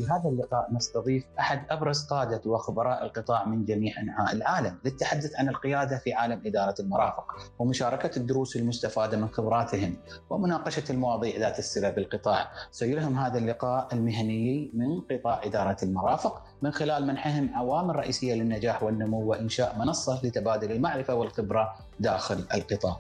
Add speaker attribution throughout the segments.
Speaker 1: في هذا اللقاء نستضيف أحد أبرز قادة وخبراء القطاع من جميع أنحاء العالم للتحدث عن القيادة في عالم إدارة المرافق ومشاركة الدروس المستفادة من خبراتهم ومناقشة المواضيع ذات الصلة بالقطاع. سيلهم هذا اللقاء المهني من قطاع إدارة المرافق من خلال منحهم عوامل رئيسية للنجاح والنمو وإنشاء منصة لتبادل المعرفة والخبرة داخل القطاع.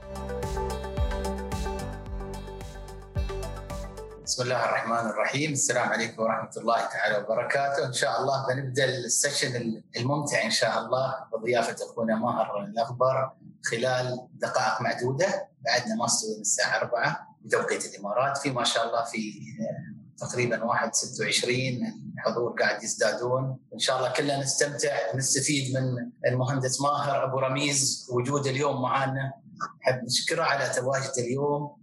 Speaker 2: بسم الله الرحمن الرحيم. السلام عليكم ورحمة الله تعالى وبركاته. إن شاء الله بنبدأ السيشن الممتع إن شاء الله بضيافة أخونا ماهر الأخبر خلال دقائق معدودة. بعدنا ما استوى من الساعة 4 بتوقيت الإمارات. في ما شاء الله في تقريبا 1:26 الحضور قاعد يزدادون. إن شاء الله كلنا نستمتع ونستفيد من المهندس ماهر أبو رميز وجود اليوم معنا. نحب نشكره على تواجده اليوم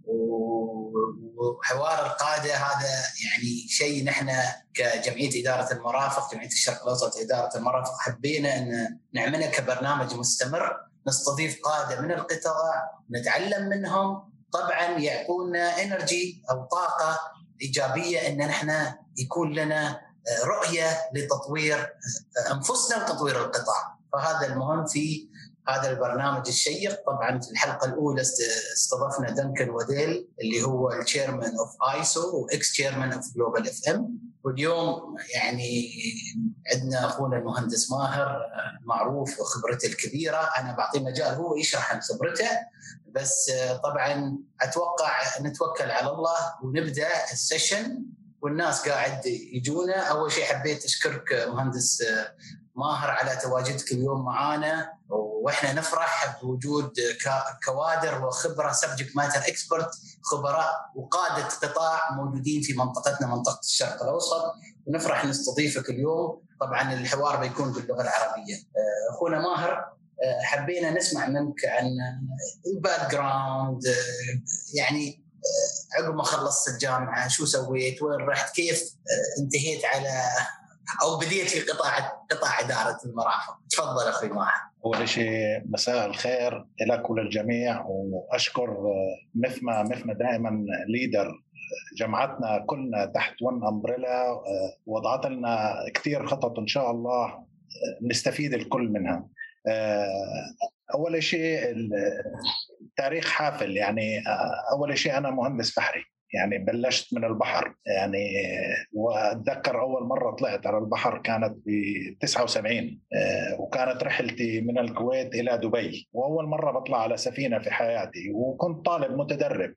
Speaker 2: وحوار القادة. هذا يعني شيء نحن كجمعية إدارة المرافق، جمعية الشرق الأوسط إدارة المرافق، حبينا أن نعمله كبرنامج مستمر نستضيف قادة من القطاع نتعلم منهم. طبعا يعطونا إنرجي أو طاقة إيجابية أن نحن يكون لنا رؤية لتطوير أنفسنا وتطوير القطاع. فهذا المهم في هذا البرنامج الشيق. طبعا في الحلقة الأولى استضفنا دنكن وديل اللي هو الشيرمان اوف ايسو واكس شيرمان اوف جلوبال اف ام، واليوم يعني عندنا اخونا المهندس ماهر معروف وخبرته الكبيرة. انا بعطيه مجال هو يشرح عن خبرته، بس طبعا اتوقع نتوكل على الله ونبدأ السيشن والناس قاعد يجونا. اول شيء حبيت اشكرك مهندس ماهر على تواجدك اليوم معنا، واحنا نفرح بوجود كوادر وخبره سبجكت ماتر اكسبرت، خبراء وقاده قطاع موجودين في منطقتنا منطقه الشرق الاوسط، ونفرح نستضيفك اليوم. طبعا الحوار بيكون باللغه العربيه. اخونا ماهر، حبينا نسمع منك عن الباك جراوند، يعني عقب ما خلصت الجامعه شو سويت، وين رحت، كيف انتهيت على أو بديت في قطاع إدارة المرافق. تفضل أخوي ماهر.
Speaker 3: أول شيء مساء الخير لك وللجميع، وأشكر مفما دائما ليدر جمعتنا كلنا تحت ون أمبريلا، وضعت لنا كثير خطط إن شاء الله نستفيد الكل منها. أول شيء التاريخ حافل، يعني أول شيء أنا مهندس بحري، يعني بلشت من البحر، يعني وأتذكر أول مرة طلعت على البحر كانت ب79، وكانت رحلتي من الكويت إلى دبي، وأول مرة بطلع على سفينة في حياتي، وكنت طالب متدرب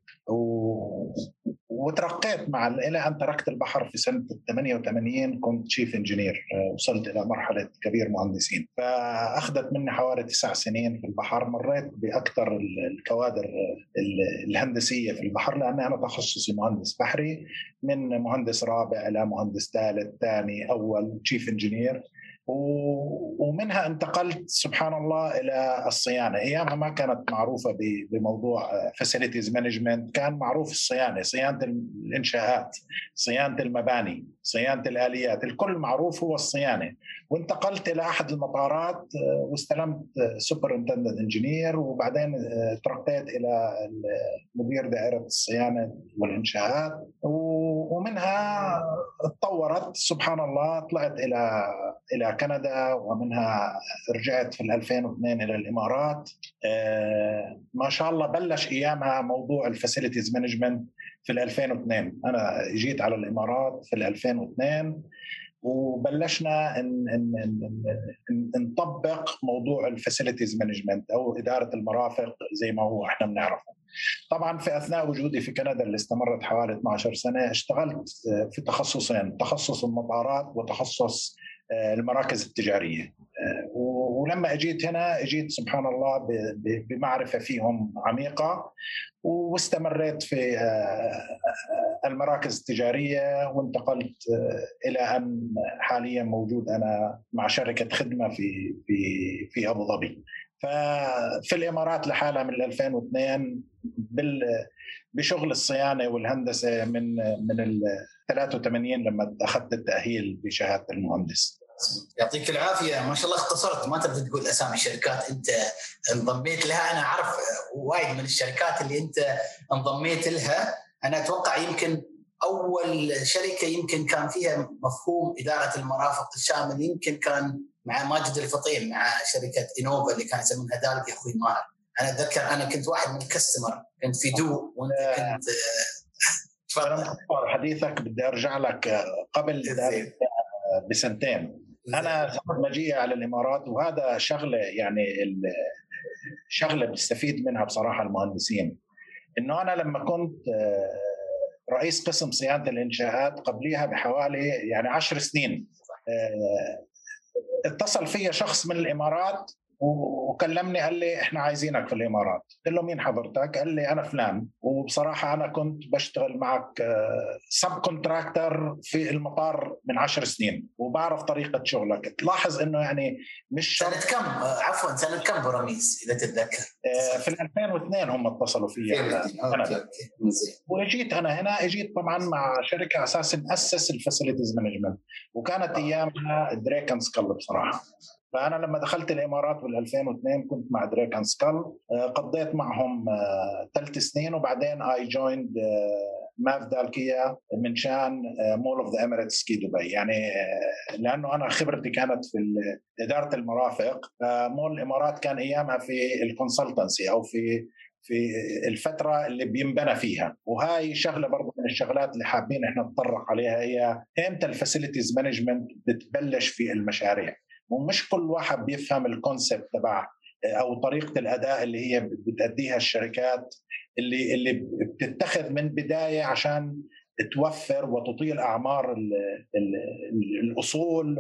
Speaker 3: وترقيت إلى أن تركت البحر في سنة 88. كنت شيف انجينير، وصلت إلى مرحلة كبير مهندسين، فأخذت مني حوالي 9 سنين في البحر. مريت بأكثر الكوادر الهندسية في البحر، لأن أنا تخصصي مهندس بحري، من مهندس رابع إلى مهندس ثالث ثاني أول شيف انجينير، ومنها انتقلت سبحان الله إلى الصيانة. أيامها ما كانت معروفة بموضوع facilities management، كان معروف الصيانة، صيانة الإنشاءات، صيانة المباني، صيانة الآليات، الكل معروف هو الصيانة. وانتقلت إلى أحد المطارات واستلمت سوبرنتندنت انجينير، وبعدين ترقيت إلى مدير دائرة الصيانة والإنشاءات، ومنها تطورت سبحان الله. طلعت إلى كندا، ومنها رجعت في 2002 إلى الإمارات. ما شاء الله بلش أيامها موضوع الفاسيلتيز مانجمنت في 2002. أنا جيت على الإمارات في 2002 وبلشنا نطبق موضوع الفاسيلتيز مانجمنت أو إدارة المرافق زي ما هو إحنا بنعرفه. طبعا في أثناء وجودي في كندا اللي استمرت حوالي 12 سنة اشتغلت في تخصصين، تخصص المطارات وتخصص المراكز التجارية. ولما أجيت هنا أجيت سبحان الله بمعرفة فيهم عميقة، واستمريت في المراكز التجارية، وانتقلت إلى أن حاليا موجود أنا مع شركة خدمة في أبو ظبي. ففي الإمارات لحالها من 2002 بشغل الصيانة والهندسة من 83 لما أخذت التأهيل بشهادة المهندس.
Speaker 2: يعطيك العافية، ما شاء الله اختصرت، ما تبغى تقول أسامي الشركات أنت انضميت لها. أنا أعرف وايد من الشركات اللي أنت انضميت لها. أنا أتوقع يمكن اول شركه يمكن كان فيها مفهوم اداره المرافق الشامل، يمكن كان مع ماجد الفطيم مع شركه انوفا اللي كان يسمونها دالك يا اخوي ماهر. انا اتذكر انا كنت واحد من الكستمر، كنت في دو وانت كنت
Speaker 3: تفضل. حديثك بدي ارجع لك قبل بسنتين. انا سبب مجيئي على الامارات، وهذا شغله يعني شغله بيستفيد منها بصراحه المهندسين، انه انا لما كنت رئيس قسم صيانه الانشاءات قبليها بحوالي يعني 10 سنين، اتصل في شخص من الامارات وكلمني قال لي احنا عايزينك في الامارات. قلت له مين حضرتك؟ قال لي انا فلان، وبصراحه انا كنت بشتغل معك سب كونتراكتر في المطار من 10 سنين وبعرف طريقه شغلك. تلاحظ انه يعني مش
Speaker 2: سنه كم عفوا سنه كم ابو رميس اذا تتذكر؟
Speaker 3: في 2002 هم اتصلوا فيي. واجيت انا هنا، اجيت طبعا مع شركه اساس ناسس الفاسيلتيز مانجمنت، وكانت ايامها دريك اند سكال بصراحه. فأنا لما دخلت الإمارات بال 2002 كنت مع دريك أند سكال، قضيت معهم 3 سنين، وبعدين I joined ماف دالكيا من شان مول اوف ذا اميريتس كي دبي. يعني لأنه أنا خبرتي كانت في إدارة المرافق، مول الإمارات كان أيامها في الكونسلتنسي أو في الفترة اللي بينبنى فيها. وهاي شغلة برضو من الشغلات اللي حابين إحنا نتطرق عليها، هي إمتى الفاسيلتيز مانجمنت بتبلش في المشاريع. ومش كل واحد بيفهم الكونسبت تبع او طريقه الاداء اللي هي بتأديها الشركات اللي بتتخذ من بدايه عشان توفر وتطيل اعمار الاصول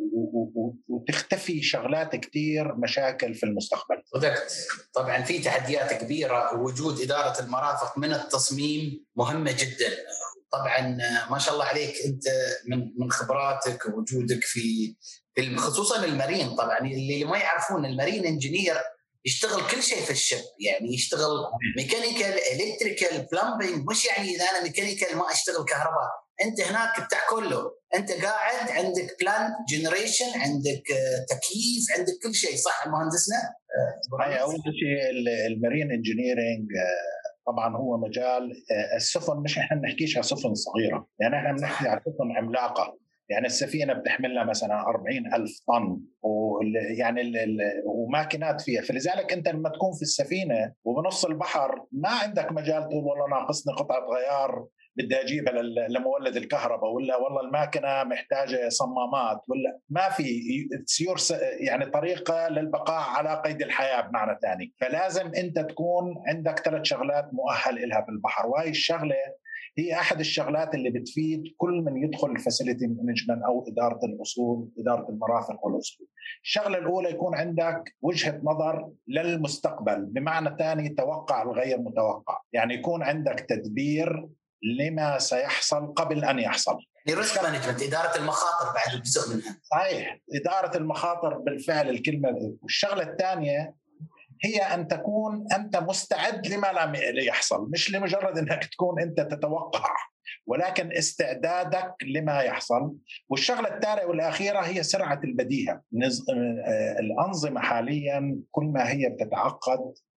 Speaker 3: وتختفي شغلات كتير مشاكل في المستقبل.
Speaker 2: طبعا في تحديات كبيره، ووجود اداره المرافق من التصميم مهمه جدا. طبعا ما شاء الله عليك انت من خبراتك ووجودك في خصوصا المارين. طبعا اللي ما يعرفون المارين انجينير يشتغل كل شيء في الشب، يعني يشتغل ميكانيكال الكتريكال بلمبينج، مش يعني اذا انا ميكانيكال ما اشتغل كهرباء. انت هناك بتاع كله، انت قاعد عندك بلان جنريشن، عندك تكييف، عندك كل شيء. صح مهندسنا؟
Speaker 3: اول شيء المارين انجينيرنج طبعا هو مجال السفن، مش احنا بنحكيش على سفن صغيره، يعني احنا بنحكي على سفن عملاقه. يعني السفينه بتحملها مثلا 40,000 طن، ويعني وماكينات فيها. فلذلك انت لما تكون في السفينه وبنص البحر ما عندك مجال تقول والله ناقصني قطعه غيار بدي اجيبها لمولد الكهرباء، ولا والله الماكينه محتاجه صمامات، ولا ما في سيور يعني طريقه للبقاء على قيد الحياه بمعنى ثاني. فلازم انت تكون عندك 3 شغلات مؤهل لها في البحر، وهي الشغله هي احد الشغلات اللي بتفيد كل من يدخل الفاسيلتي مانجمنت او اداره الاصول، اداره المرافق والاصول. الشغله الاولى يكون عندك وجهه نظر للمستقبل، بمعنى ثاني توقع الغير متوقع، يعني يكون عندك تدبير لما سيحصل قبل ان يحصل.
Speaker 2: ريسك مانجمنت، اداره المخاطر بعد جزء منها.
Speaker 3: صحيح، اداره المخاطر بالفعل الكلمه. والشغله الثانيه هي أن تكون أنت مستعد لما لم يحصل، مش لمجرد أنك تكون أنت تتوقع، ولكن استعدادك لما يحصل. والشغلة الثالثة والأخيرة هي سرعة البديهة. الأنظمة حاليا كل ما هي بتتعقد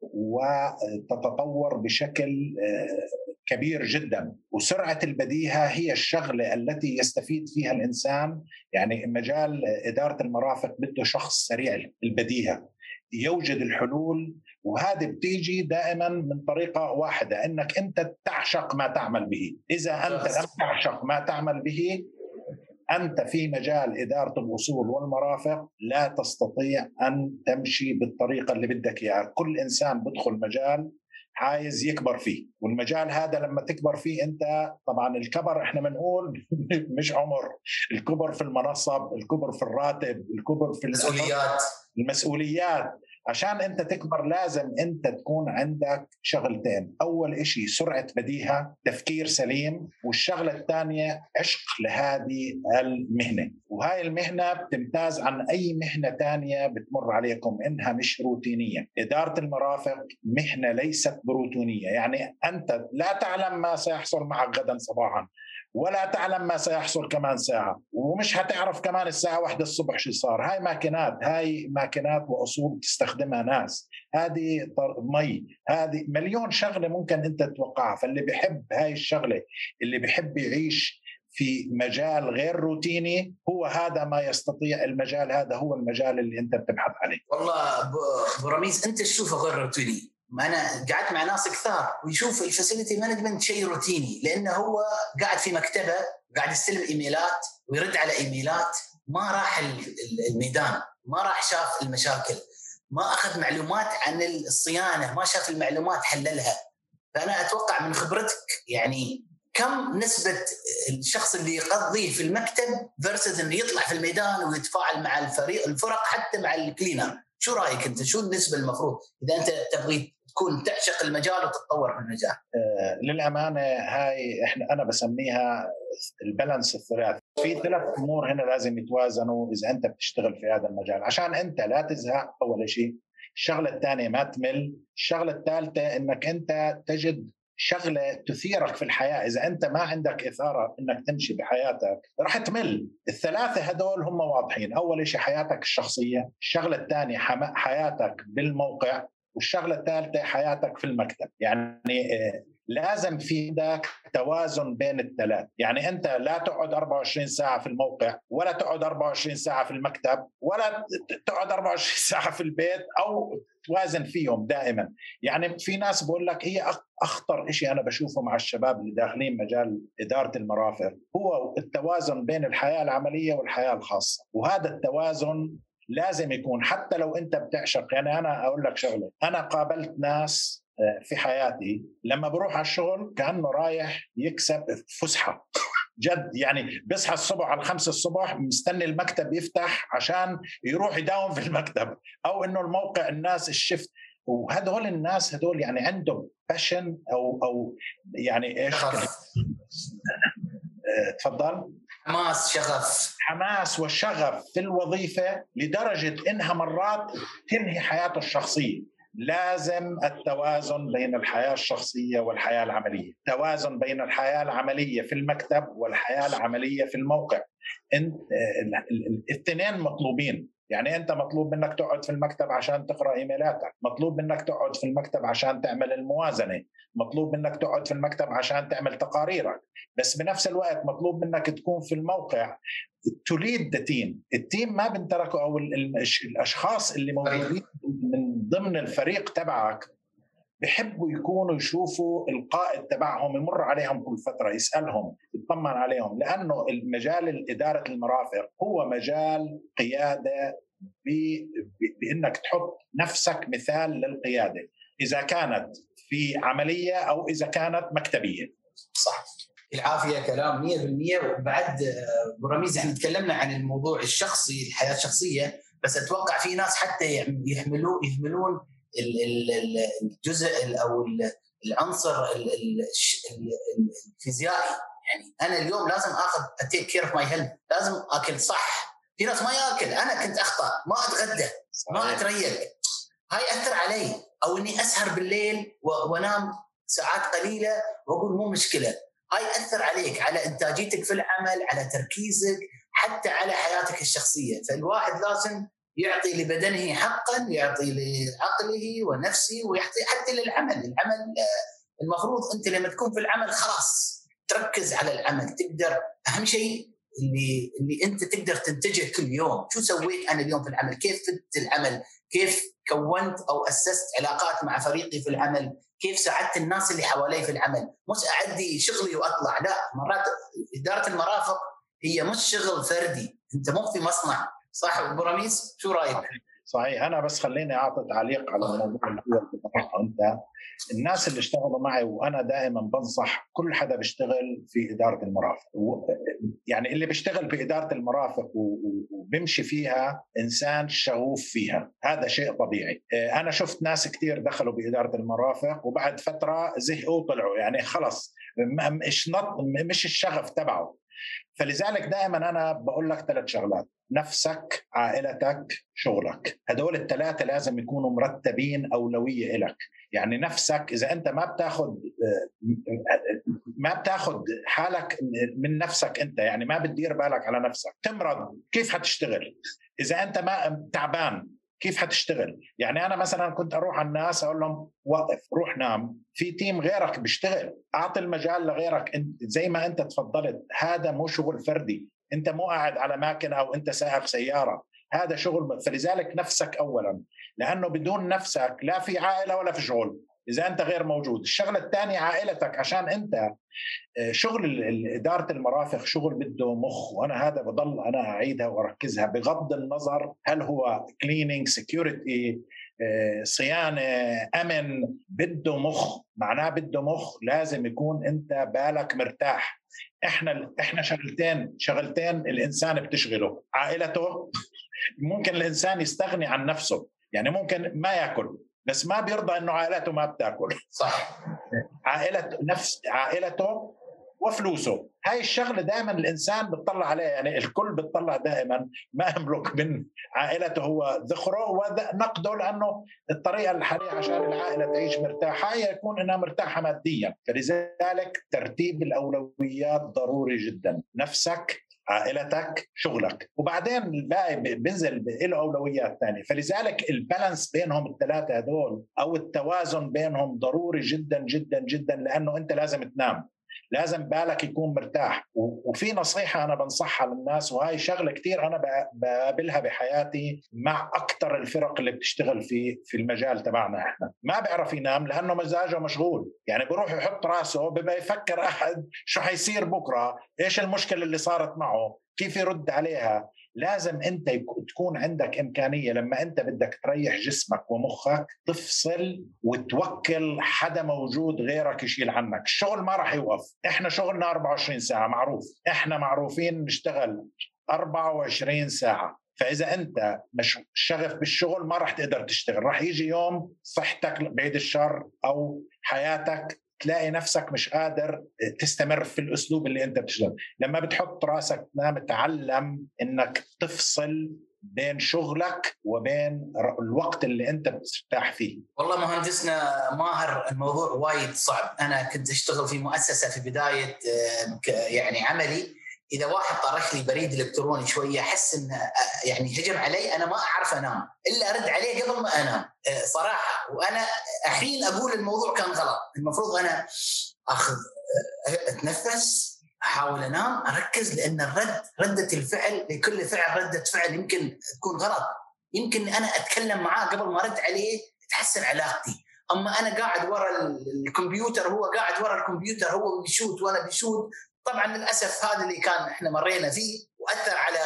Speaker 3: وتتطور بشكل كبير جدا، وسرعة البديهة هي الشغلة التي يستفيد فيها الإنسان. يعني مجال إدارة المرافق بده شخص سريع البديهة يوجد الحلول، وهذه بتيجي دائما من طريقة واحدة، انك انت تعشق ما تعمل به. اذا انت لم تعشق ما تعمل به، انت في مجال إدارة الأصول والمرافق لا تستطيع ان تمشي بالطريقة اللي بدك اياها. كل انسان بدخل مجال عايز يكبر فيه، والمجال هذا لما تكبر فيه انت، طبعا الكبر احنا بنقول مش عمر، الكبر في المنصب، الكبر في الراتب، الكبر في المسؤوليات. عشان انت تكبر لازم انت تكون عندك شغلتين، اول اشي سرعة بديهة، تفكير سليم، والشغلة الثانية عشق لهذه المهنة. وهاي المهنة بتمتاز عن اي مهنة تانية بتمر عليكم، انها مش روتينية. ادارة المرافق مهنة ليست بروتينية، يعني انت لا تعلم ما سيحصل معك غدا صباحا، ولا تعلم ما سيحصل كمان ساعة، ومش هتعرف كمان الساعة 1 الصبح شو صار. هاي ماكينات وأصول تستخدمها ناس، هذه مي، هذه مليون شغلة ممكن أنت تتوقعها. فاللي بيحب هاي الشغلة، اللي بيحب يعيش في مجال غير روتيني، هو هذا ما يستطيع. المجال هذا هو المجال اللي أنت بتبحث عليه.
Speaker 2: والله أبو رميز، أنت تشوفه غير روتيني. أنا قعدت مع ناس كثار ويشوف الفاسيلتي مانجمنت شيء روتيني، لأنه هو قاعد في مكتبه، قاعد يستلم إيميلات ويرد على إيميلات، ما راح الميدان، ما راح شاف المشاكل، ما أخذ معلومات عن الصيانة، ما شاف المعلومات حللها. فأنا أتوقع من خبرتك يعني كم نسبة الشخص اللي يقضيه في المكتب versus إنه يطلع في الميدان ويتفاعل مع الفرق حتى مع الكلينر؟ شو رأيك أنت؟ شو النسبة المفروض إذا أنت تبغي تكون تعشق المجال وتتطور في المجال؟
Speaker 3: للأمانة هاي أنا بسميها البالانس الثلاثي. في 3 أمور هنا لازم يتوازنوا إذا أنت بتشتغل في هذا المجال عشان أنت لا تزهق. أول شيء. الشغلة الثانية ما تمل. الشغلة الثالثة إنك أنت تجد شغلة تثيرك في الحياة. إذا أنت ما عندك إثارة إنك تمشي بحياتك رح تمل. ال3 هدول هم واضحين. أول شيء حياتك الشخصية، الشغلة الثانية حياتك بالموقع، والشغلة الثالثة حياتك في المكتب. يعني لازم في عندك توازن بين ال3. يعني أنت لا تقعد 24 ساعة في الموقع، ولا تقعد 24 ساعة في المكتب، ولا تقعد 24 ساعة في البيت، أو توازن فيهم دائما. يعني في ناس بقول لك هي أخطر شيء أنا بشوفه مع الشباب اللي داخلين مجال إدارة المرافق هو التوازن بين الحياة العملية والحياة الخاصة. وهذا التوازن لازم يكون حتى لو أنت بتعشق. يعني أنا أقول لك شغلة، أنا قابلت ناس في حياتي لما بروح على الشغل كأنه رايح يكسب فسحة جد. يعني بيصحى الصبح على 5 الصبح مستني المكتب يفتح عشان يروح يداوم في المكتب، أو إنه الموقع الناس الشفت. وهدول الناس هدول يعني عندهم باشن أو يعني إيش تفضل. حماس وشغف في الوظيفة لدرجة إنها مرات تنهي حياته الشخصية. لازم التوازن بين الحياة الشخصية والحياة العملية، توازن بين الحياة العملية في المكتب والحياة العملية في الموقع. الاثنين مطلوبين. يعني أنت مطلوب منك تقعد في المكتب عشان تقرأ إيميلاتك، مطلوب منك تقعد في المكتب عشان تعمل الموازنة، مطلوب منك تقعد في المكتب عشان تعمل تقاريرك، بس بنفس الوقت مطلوب منك تكون في الموقع تليد التيم ما بنتركه، أو الأشخاص اللي موجودين من ضمن الفريق تبعك بيحبوا يكونوا يشوفوا القائد تبعهم يمر عليهم كل فترة يسألهم يطمن عليهم. لأنه المجال إدارة المرافق هو مجال قيادة بأنك تحط نفسك مثال للقيادة، إذا كانت في عملية أو إذا كانت مكتبية.
Speaker 2: صح، العافية، كلام 100%. وبعد أبو رميز احنا تكلمنا عن الموضوع الشخصي، الحياة الشخصية، بس أتوقع في ناس حتى يهملون الجزء أو العنصر الفيزيائي. يعني أنا اليوم لازم أتيك كير اوف ماي هيلث، لازم أكل صح. في ناس ما يأكل، أنا كنت أخطأ، ما أتغدى، ما أتريق، هاي أثر علي. أو إني أسهر بالليل وأنام ساعات قليلة وأقول مو مشكلة، هاي أثر عليك، على إنتاجيتك في العمل، على تركيزك، حتى على حياتك الشخصية. فالواحد لازم يعطي لبدنه حقا، يعطي لعقله ونفسه، ويعطي حتى للعمل. المفروض أنت لما تكون في العمل خلاص تركز على العمل، تقدر أهم شيء اللي أنت تقدر تنتجه كل يوم. شو سويت أنا اليوم في العمل؟ كيف فدت العمل؟ كيف كونت أو أسست علاقات مع فريقي في العمل؟ كيف ساعدت الناس اللي حوالي في العمل؟ مش أعدي شغلي وأطلع، لا. مرات إدارة المرافق هي مش شغل فردي، أنت مو في مصنع. صح أبو رميز؟ شو رأيك؟
Speaker 3: صحيح. أنا بس خليني أعطي تعليق على الموضوع اللي طرحته أنت. الناس اللي اشتغلوا معي، وأنا دائما بنصح كل حدا بيشتغل في إدارة المرافق، يعني اللي بيشتغل في إدارة المرافق وبيمشي فيها إنسان شغوف فيها، هذا شيء طبيعي. أنا شفت ناس كتير دخلوا بإدارة المرافق وبعد فترة زهقوا وطلعوا، يعني خلص مش الشغف تبعه. فلذلك دائما أنا بقول لك 3 شغلات: نفسك، عائلتك، شغلك. هدول الثلاثة لازم يكونوا مرتبين أولوية إلك. يعني نفسك، إذا أنت ما بتاخد حالك من نفسك أنت، يعني ما بتدير بالك على نفسك، تمرض كيف حتشتغل؟ إذا أنت ما تعبان كيف حتشتغل؟ يعني أنا مثلا كنت أروح على الناس أقول لهم وقف، روح نام، في تيم غيرك بيشتغل، أعطي المجال لغيرك. انت زي ما أنت تفضلت، هذا مو شغل فردي، أنت مو قاعد على ماكينة أو أنت سائق سيارة، هذا شغل. فلذلك نفسك أولا، لأنه بدون نفسك لا في عائلة ولا في شغل إذا أنت غير موجود. الشغلة الثانية عائلتك، عشان أنت شغل إدارة المرافق شغل بده مخ، وأنا هذا بضل أنا أعيدها وأركزها بغض النظر هل هو كلينينج، سيكيورتي، صيانة، أمن، بده مخ. معناه بده مخ، لازم يكون أنت بالك مرتاح. إحنا شغلتين الإنسان بتشغله: عائلته. ممكن الإنسان يستغني عن نفسه، يعني ممكن ما يأكل بس ما بيرضى إنه عائلته ما بتأكل.
Speaker 2: صح.
Speaker 3: عائلته وفلوسه، هاي الشغله دائما الانسان بتطلع عليها، يعني الكل بتطلع دائما ما يملك من عائلته هو ذخره ونقده، لانه الطريقه الحاليه عشان العائله تعيش مرتاحه هي يكون انها مرتاحه ماديا. فلذلك ترتيب الاولويات ضروري جدا: نفسك، عائلتك، شغلك، وبعدين الباقي بينزل له اولويات ثانيه. فلذلك البالانس بينهم الثلاثه هذول او التوازن بينهم ضروري جدا جدا جدا، لانه انت لازم تنام، لازم بالك يكون مرتاح. وفي نصيحة أنا بنصحها للناس، وهاي شغلة كتير أنا بقابلها بحياتي مع أكتر الفرق اللي بتشتغل في المجال تبعنا. إحنا ما بيعرف ينام لأنه مزاجه مشغول، يعني بيروح يحط راسه ببقى يفكر أحد شو حيصير بكرة، إيش المشكلة اللي صارت معه، كيف يرد عليها. لازم أنت تكون عندك إمكانية لما أنت بدك تريح جسمك ومخك تفصل وتوكل حدا موجود غيرك يشيل عنك. الشغل ما راح يوقف، إحنا شغلنا 24 ساعة معروف، إحنا معروفين نشتغل 24 ساعة. فإذا أنت مش شغف بالشغل ما راح تقدر تشتغل، راح يجي يوم صحتك بعيد الشر أو حياتك تلاقي نفسك مش قادر تستمر في الأسلوب اللي أنت بتشتغل. لما بتحط راسك تنام تعلم إنك تفصل بين شغلك وبين الوقت اللي أنت بترتاح فيه.
Speaker 2: والله مهندسنا ماهر، الموضوع وايد صعب. أنا كنت أشتغل في مؤسسة في بداية يعني عملي، إذا واحد طرح لي بريد إلكتروني شوية أحس إنه يعني هجم علي، أنا ما أعرف أنام إلا أرد عليه قبل ما أنام صراحة. وأنا الحين أقول الموضوع كان غلط، المفروض أنا أخذ أتنفس، أحاول أنام، أركز، لأن ردة الفعل لكل فعل ردة فعل يمكن تكون غلط. يمكن أنا أتكلم معاه قبل ما أرد عليه تتحسن علاقتي، أما أنا قاعد ورا الكمبيوتر، هو قاعد ورا الكمبيوتر، هو بيشوت وأنا بيشوت. طبعا للأسف هذا اللي كان إحنا مرينا فيه، وأثر على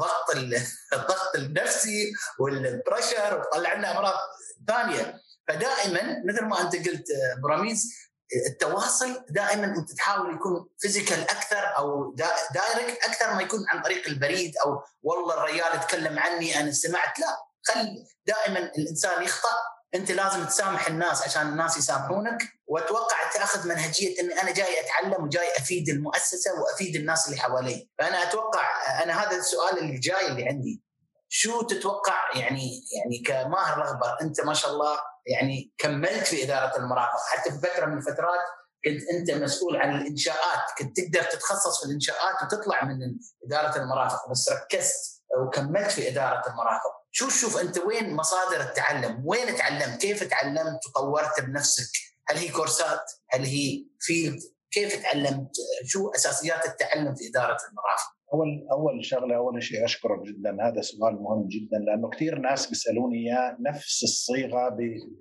Speaker 2: الضغط النفسي والبريشر، وطلع لنا أمراض ثانية. فدائما مثل ما أنت قلت براميز، التواصل دائما أنت تحاول يكون فيزيكال أكثر أو دايركت أكثر ما يكون عن طريق البريد، أو والله الرجال اتكلم عني أنا سمعت. لا، خلي دائما الإنسان يخطأ، أنت لازم تسامح الناس عشان الناس يسامحونك. وأتوقع تأخذ منهجية أني أنا جاي أتعلم وجاي أفيد المؤسسة وأفيد الناس اللي حوالي. فأنا أتوقع أنا هذا السؤال اللي جاي اللي عندي: شو تتوقع يعني كماهر الأخبار، أنت ما شاء الله يعني كملت في إدارة المرافق، حتى في فترة من الفترات كنت أنت مسؤول عن الإنشاءات، كنت تقدر تتخصص في الإنشاءات وتطلع من إدارة المرافق، بس ركزت وكملت في إدارة المرافق. شو تشوف أنت وين مصادر التعلم؟ وين تعلمت؟ كيف تعلمت وطورت بنفسك؟ هل هي كورسات؟ هل هي فيلد؟ كيف تعلمت؟ شو أساسيات التعلم في إدارة المرافق؟
Speaker 3: أول شغلة، أول شيء أشكرك جدا، هذا سؤال مهم جدا، لأنه كثير ناس بيسألوني إياه نفس الصيغة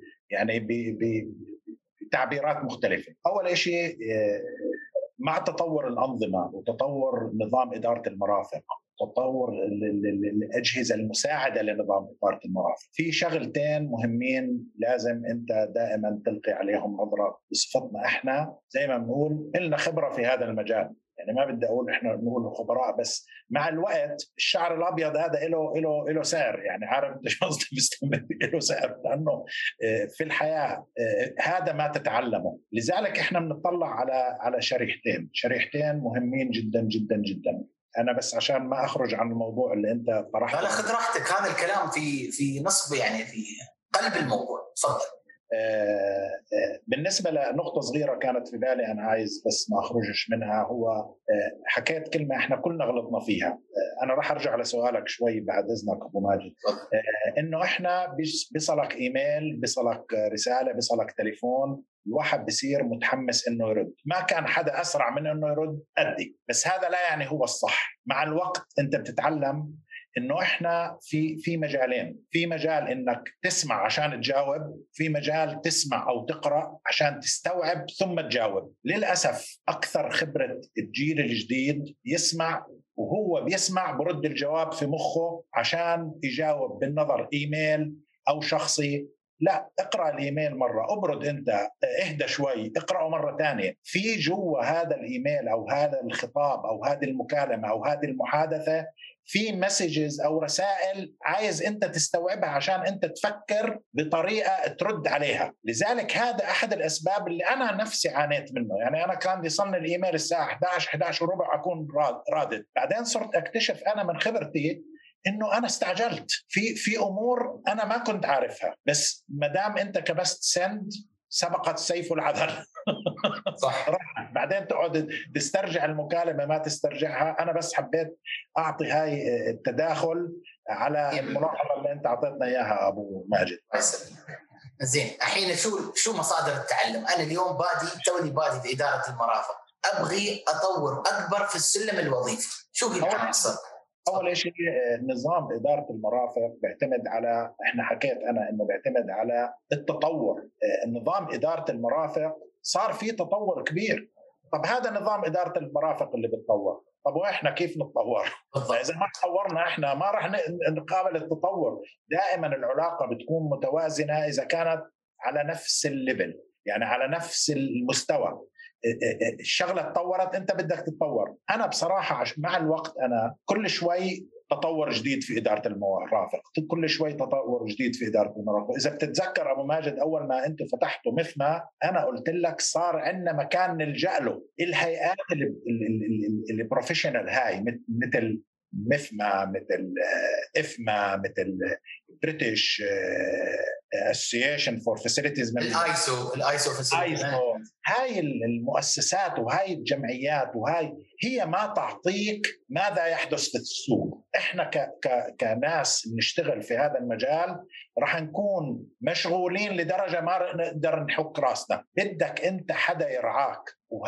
Speaker 3: بتعبيرات مختلفة. أول شيء، مع تطور الأنظمة وتطور نظام إدارة المرافق، وتطور الأجهزة المساعدة لنظام إدارة المرافق. في شغلتين مهمين لازم أنت دائما تلقي عليهم نظرة بصفتنا إحنا زي ما بنقول إلنا خبرة في هذا المجال. يعني ما بدي أقول إحنا نقول خبراء، بس مع الوقت الشعر الأبيض هذا له سعر، يعني عارف إيش قصدي، بستمر له سعر، لأنه في الحياة هذا ما تتعلمه. لذلك إحنا بنطلع على شريحتين مهمين جدا جدا جدا. أنا بس عشان ما أخرج عن الموضوع اللي أنت طرحته.
Speaker 2: لا خذ راحتك، هذا الكلام في نصب يعني في قلب الموضوع، تفضل.
Speaker 3: بالنسبة لنقطة صغيرة كانت في بالي أنا عايز بس ما أخرجش منها، هو حكيت كلمة إحنا كلنا غلطنا فيها. أنا راح أرجع لسؤالك شوي بعد إذنك أبو ماجد. إنه إحنا بيصلك إيميل، بيصلك رسالة، بيصلك تليفون، الواحد بيصير متحمس إنه يرد. ما كان حدا أسرع من إنه يرد أدي، بس هذا لا يعني هو الصح. مع الوقت أنت بتتعلم إنه إحنا في مجالين، في مجال إنك تسمع عشان تجاوب، في مجال تسمع أو تقرأ عشان تستوعب ثم تجاوب. للأسف أكثر خبرة الجيل الجديد يسمع، وهو بيسمع برد الجواب في مخه عشان يجاوب بالنظر إيميل أو شخصي. لا، اقرأ الإيميل مرة، أبرد أنت، اهدى شوي، اقرأه مرة تانية. في جوا هذا الإيميل أو هذا الخطاب أو هذه المكالمة أو هذه المحادثة في مسجز أو رسائل عايز أنت تستوعبها عشان أنت تفكر بطريقة ترد عليها. لذلك هذا أحد الأسباب اللي أنا نفسي عانيت منه. يعني أنا كان يصلني الإيميل الساعة 11 وربع أكون رادد، بعدين صرت أكتشف أنا من خبرتي إنه أنا استعجلت في أمور أنا ما كنت عارفها، بس مدام أنت كبست سند سبقت سيف العذر.
Speaker 2: صح.
Speaker 3: بعدين تقعد تسترجع المكالمة ما تسترجعها. أنا بس حبيت أعطي هاي التداخل على الملاحظة اللي أنت أعطيتنا إياها أبو ماجد.
Speaker 2: زين، الحين شو مصادر التعلم؟ أنا اليوم توني بادي في إدارة المرافق، أبغي أطور أكبر في السلم الوظيفي، شو هي العناصر؟
Speaker 3: أول شيء نظام إدارة المرافق بيعتمد على، إحنا حكيت أنا إنه بيعتمد على التطور. النظام إدارة المرافق صار فيه تطور كبير. طب هذا نظام إدارة المرافق اللي بتطور، طب وإحنا كيف نتطور؟ إذا ما تطورنا إحنا ما راح نقابل التطور. دائما العلاقة بتكون متوازنة إذا كانت على نفس الليفل، يعني على نفس المستوى. الشغلة تطورت أنت بدك تتطور. أنا بصراحة مع الوقت أنا كل شوي تطور جديد في إدارة المرافق، كل شوي تطور جديد في إدارة المرافق. إذا بتتذكر أبو ماجد أول ما أنتم فتحتوا مفما أنا قلت لك صار عندنا مكان نلجأ له. الهيئات اللي بروفيشنال هاي مثل مفما، مثل إفما، مثل بريتش Association for Facilities
Speaker 2: الآيسو
Speaker 3: هاي المؤسسات وهاي الجمعيات وهاي هي ما تعطيك ماذا يحدث في السوق. احنا كناس نشتغل في هذا المجال راح نكون مشغولين لدرجة ما نقدر نحك راسنا. بدك انت حدا يرعاك،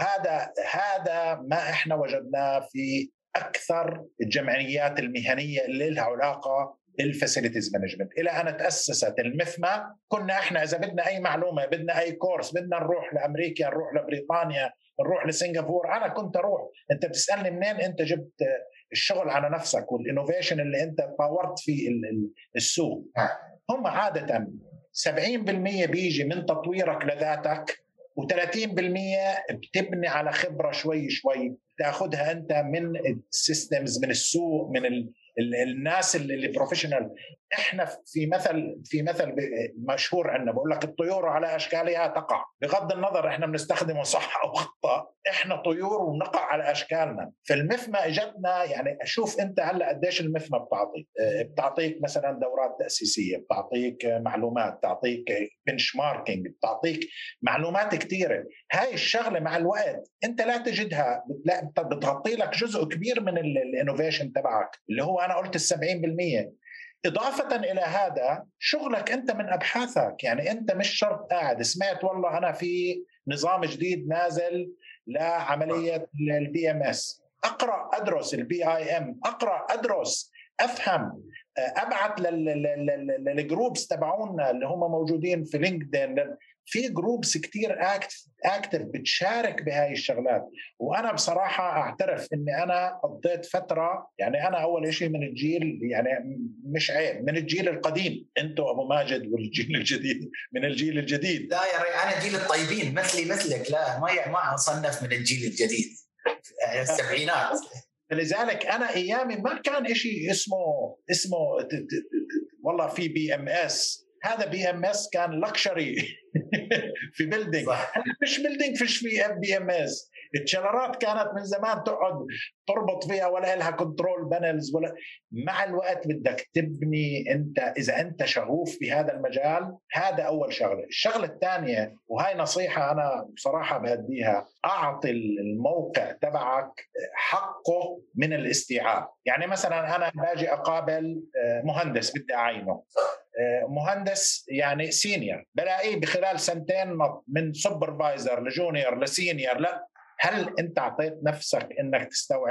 Speaker 3: وهذا ما احنا وجدناه في اكثر الجمعيات المهنية اللي لها علاقة الفاسيلتيز مانجمنت. الى ان تاسست المفما كنا احنا اذا بدنا اي معلومه، بدنا اي كورس، بدنا نروح لامريكا، نروح لبريطانيا، نروح لسنغافوره، انا كنت اروح. انت بتسالني منين انت جبت الشغل على نفسك والانوفيشن اللي انت طورت في السوق؟ هم عاده 70% بيجي من تطويرك لذاتك، و30% بتبني على خبره شوي شوي تاخذها انت من السيستمز، من السوق، من الناس اللي بروفيشنال. احنا في مثل مشهور عندنا بقول لك الطيور على اشكالها تقع، بغض النظر احنا بنستخدمه صح او خطا، احنا طيور ونقع على اشكالنا. فالمفما اجتنا، يعني اشوف انت هلا قديش المفما بتعطيك مثلا دورات تاسيسيه، بتعطيك معلومات، بتعطيك بنش ماركينج، بتعطيك معلومات كثيره. هاي الشغله مع الوقت انت لا تجدها، لا بتغطي لك جزء كبير من الانوفيشن تبعك اللي هو انا قلت 70%. إضافة إلى هذا شغلك أنت من أبحاثك، يعني أنت مش شرط قاعد سمعت والله أنا في نظام جديد نازل لعملية البي ام اس، أقرأ أدرس البي اي ام، أقرأ أدرس أفهم، أبعت للجروبس تبعونا اللي هم موجودين في لينكدين في جروبس كتير اكتف بتشارك بهاي الشغلات. وانا بصراحه اعترف اني انا قضيت فتره، يعني انا اول شيء من الجيل، يعني مش عيب، من الجيل القديم، انتم ابو ماجد والجيل الجديد من الجيل الجديد.
Speaker 2: لا يا ري، انا جيل الطيبين مثلي مثلك، لا ما اصنف من الجيل الجديد، السبعينات.
Speaker 3: لذلك انا ايامي ما كان شيء اسمه والله في بي ام اس، هذا بي ام اس كان لكشري في بيلدينج، مش بيلدينج فيش في بي ام اس. الشلرات كانت من زمان تقعد تربط فيها ولا لها كنترول بانلز ولا. مع الوقت بدك تبني انت، اذا انت شغوف بهذا المجال. هذا اول شغله. الشغله الثانيه، وهي نصيحه انا بصراحه بهديها، اعطي الموقع تبعك حقه من الاستيعاب. يعني مثلا انا باجي اقابل مهندس بدي اعينه، مهندس يعني سينيور، بلاقيه بخلال سنتين من سوبرفايزر لجونيور لسينيور. لا، هل انت اعطيت نفسك انك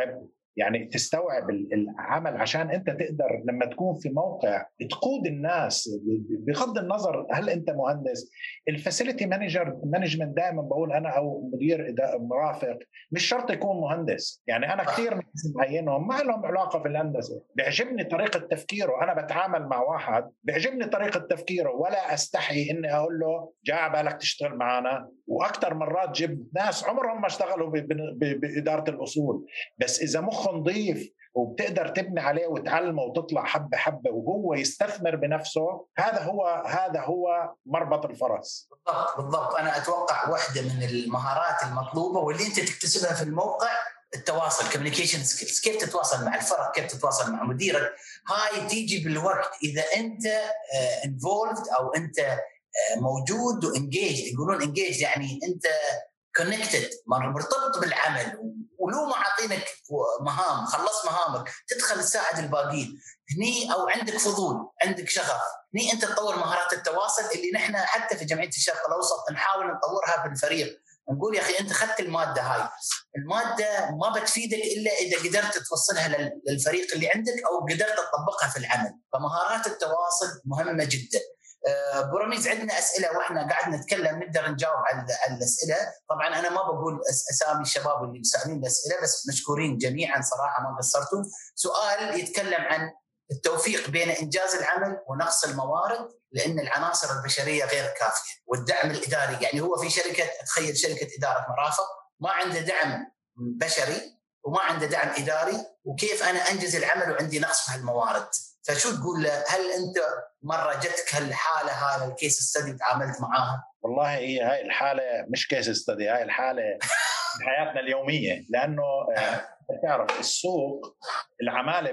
Speaker 3: تستوعب العمل عشان انت تقدر لما تكون في موقع تقود الناس بغض النظر هل انت مهندس. الفاسيلتي مانجمنت دائما بقول انا، او مدير مرافق، مش شرط يكون مهندس. يعني انا كثير من معينهم ما لهم علاقه في الهندسه، بيعجبني طريقه تفكيره. انا بتعامل مع واحد بيعجبني طريقه تفكيره، ولا استحي اني اقول له جاء بالك تشتغل معنا. واكثر مرات جبت ناس عمرهم ما اشتغلوا باداره الاصول، بس اذا مخه نظيف وبتقدر تبني عليه وتعلمه وتطلع حبه حبه وهو يستثمر بنفسه، هذا هو مربط الفرس.
Speaker 2: بالضبط. انا اتوقع واحده من المهارات المطلوبه واللي انت تكتسبها في الموقع التواصل، كوميونيكيشن سكيلز، كيف تتواصل مع الفرق، كيف تتواصل مع مديرك. هاي تيجي بالوقت اذا انت انفولد او انت موجود وانجيج. يقولون انجيج يعني انت كونكتد، مرتبط بالعمل، ولو ما عاطينك مهام خلص مهامك تدخل تساعد الباقيين هني، او عندك فضول عندك شغف هني انت تطور مهارات التواصل اللي نحن حتى في جمعيه الشرق الاوسط نحاول نطورها بالفريق. نقول يا اخي انت اخذت الماده هاي، الماده ما بتفيدك الا اذا قدرت توصلها للفريق اللي عندك او قدرت تطبقها في العمل. فمهارات التواصل مهمه جدا. براميز عندنا اسئله واحنا قاعد نتكلم نقدر نجاوب على الاسئله. طبعا انا ما بقول اسامي الشباب اللي مساعدين الاسئله، بس مشكورين جميعا صراحه ما قصرتوا. سؤال يتكلم عن التوفيق بين انجاز العمل ونقص الموارد، لان العناصر البشريه غير كافيه، والدعم الاداري. يعني هو في شركه، اتخيل شركه اداره مرافق ما عنده دعم بشري وما عنده دعم اداري، وكيف انا انجز العمل وعندي نقص في هالموارد؟ فشو تقول له؟ هل انت مره جتك هالحاله، هذا الكيس ستدي تعاملت معاها؟
Speaker 3: والله هي هاي الحاله مش كيس ستدي، هاي الحاله حياتنا اليوميه. لانه تعرف السوق، العماله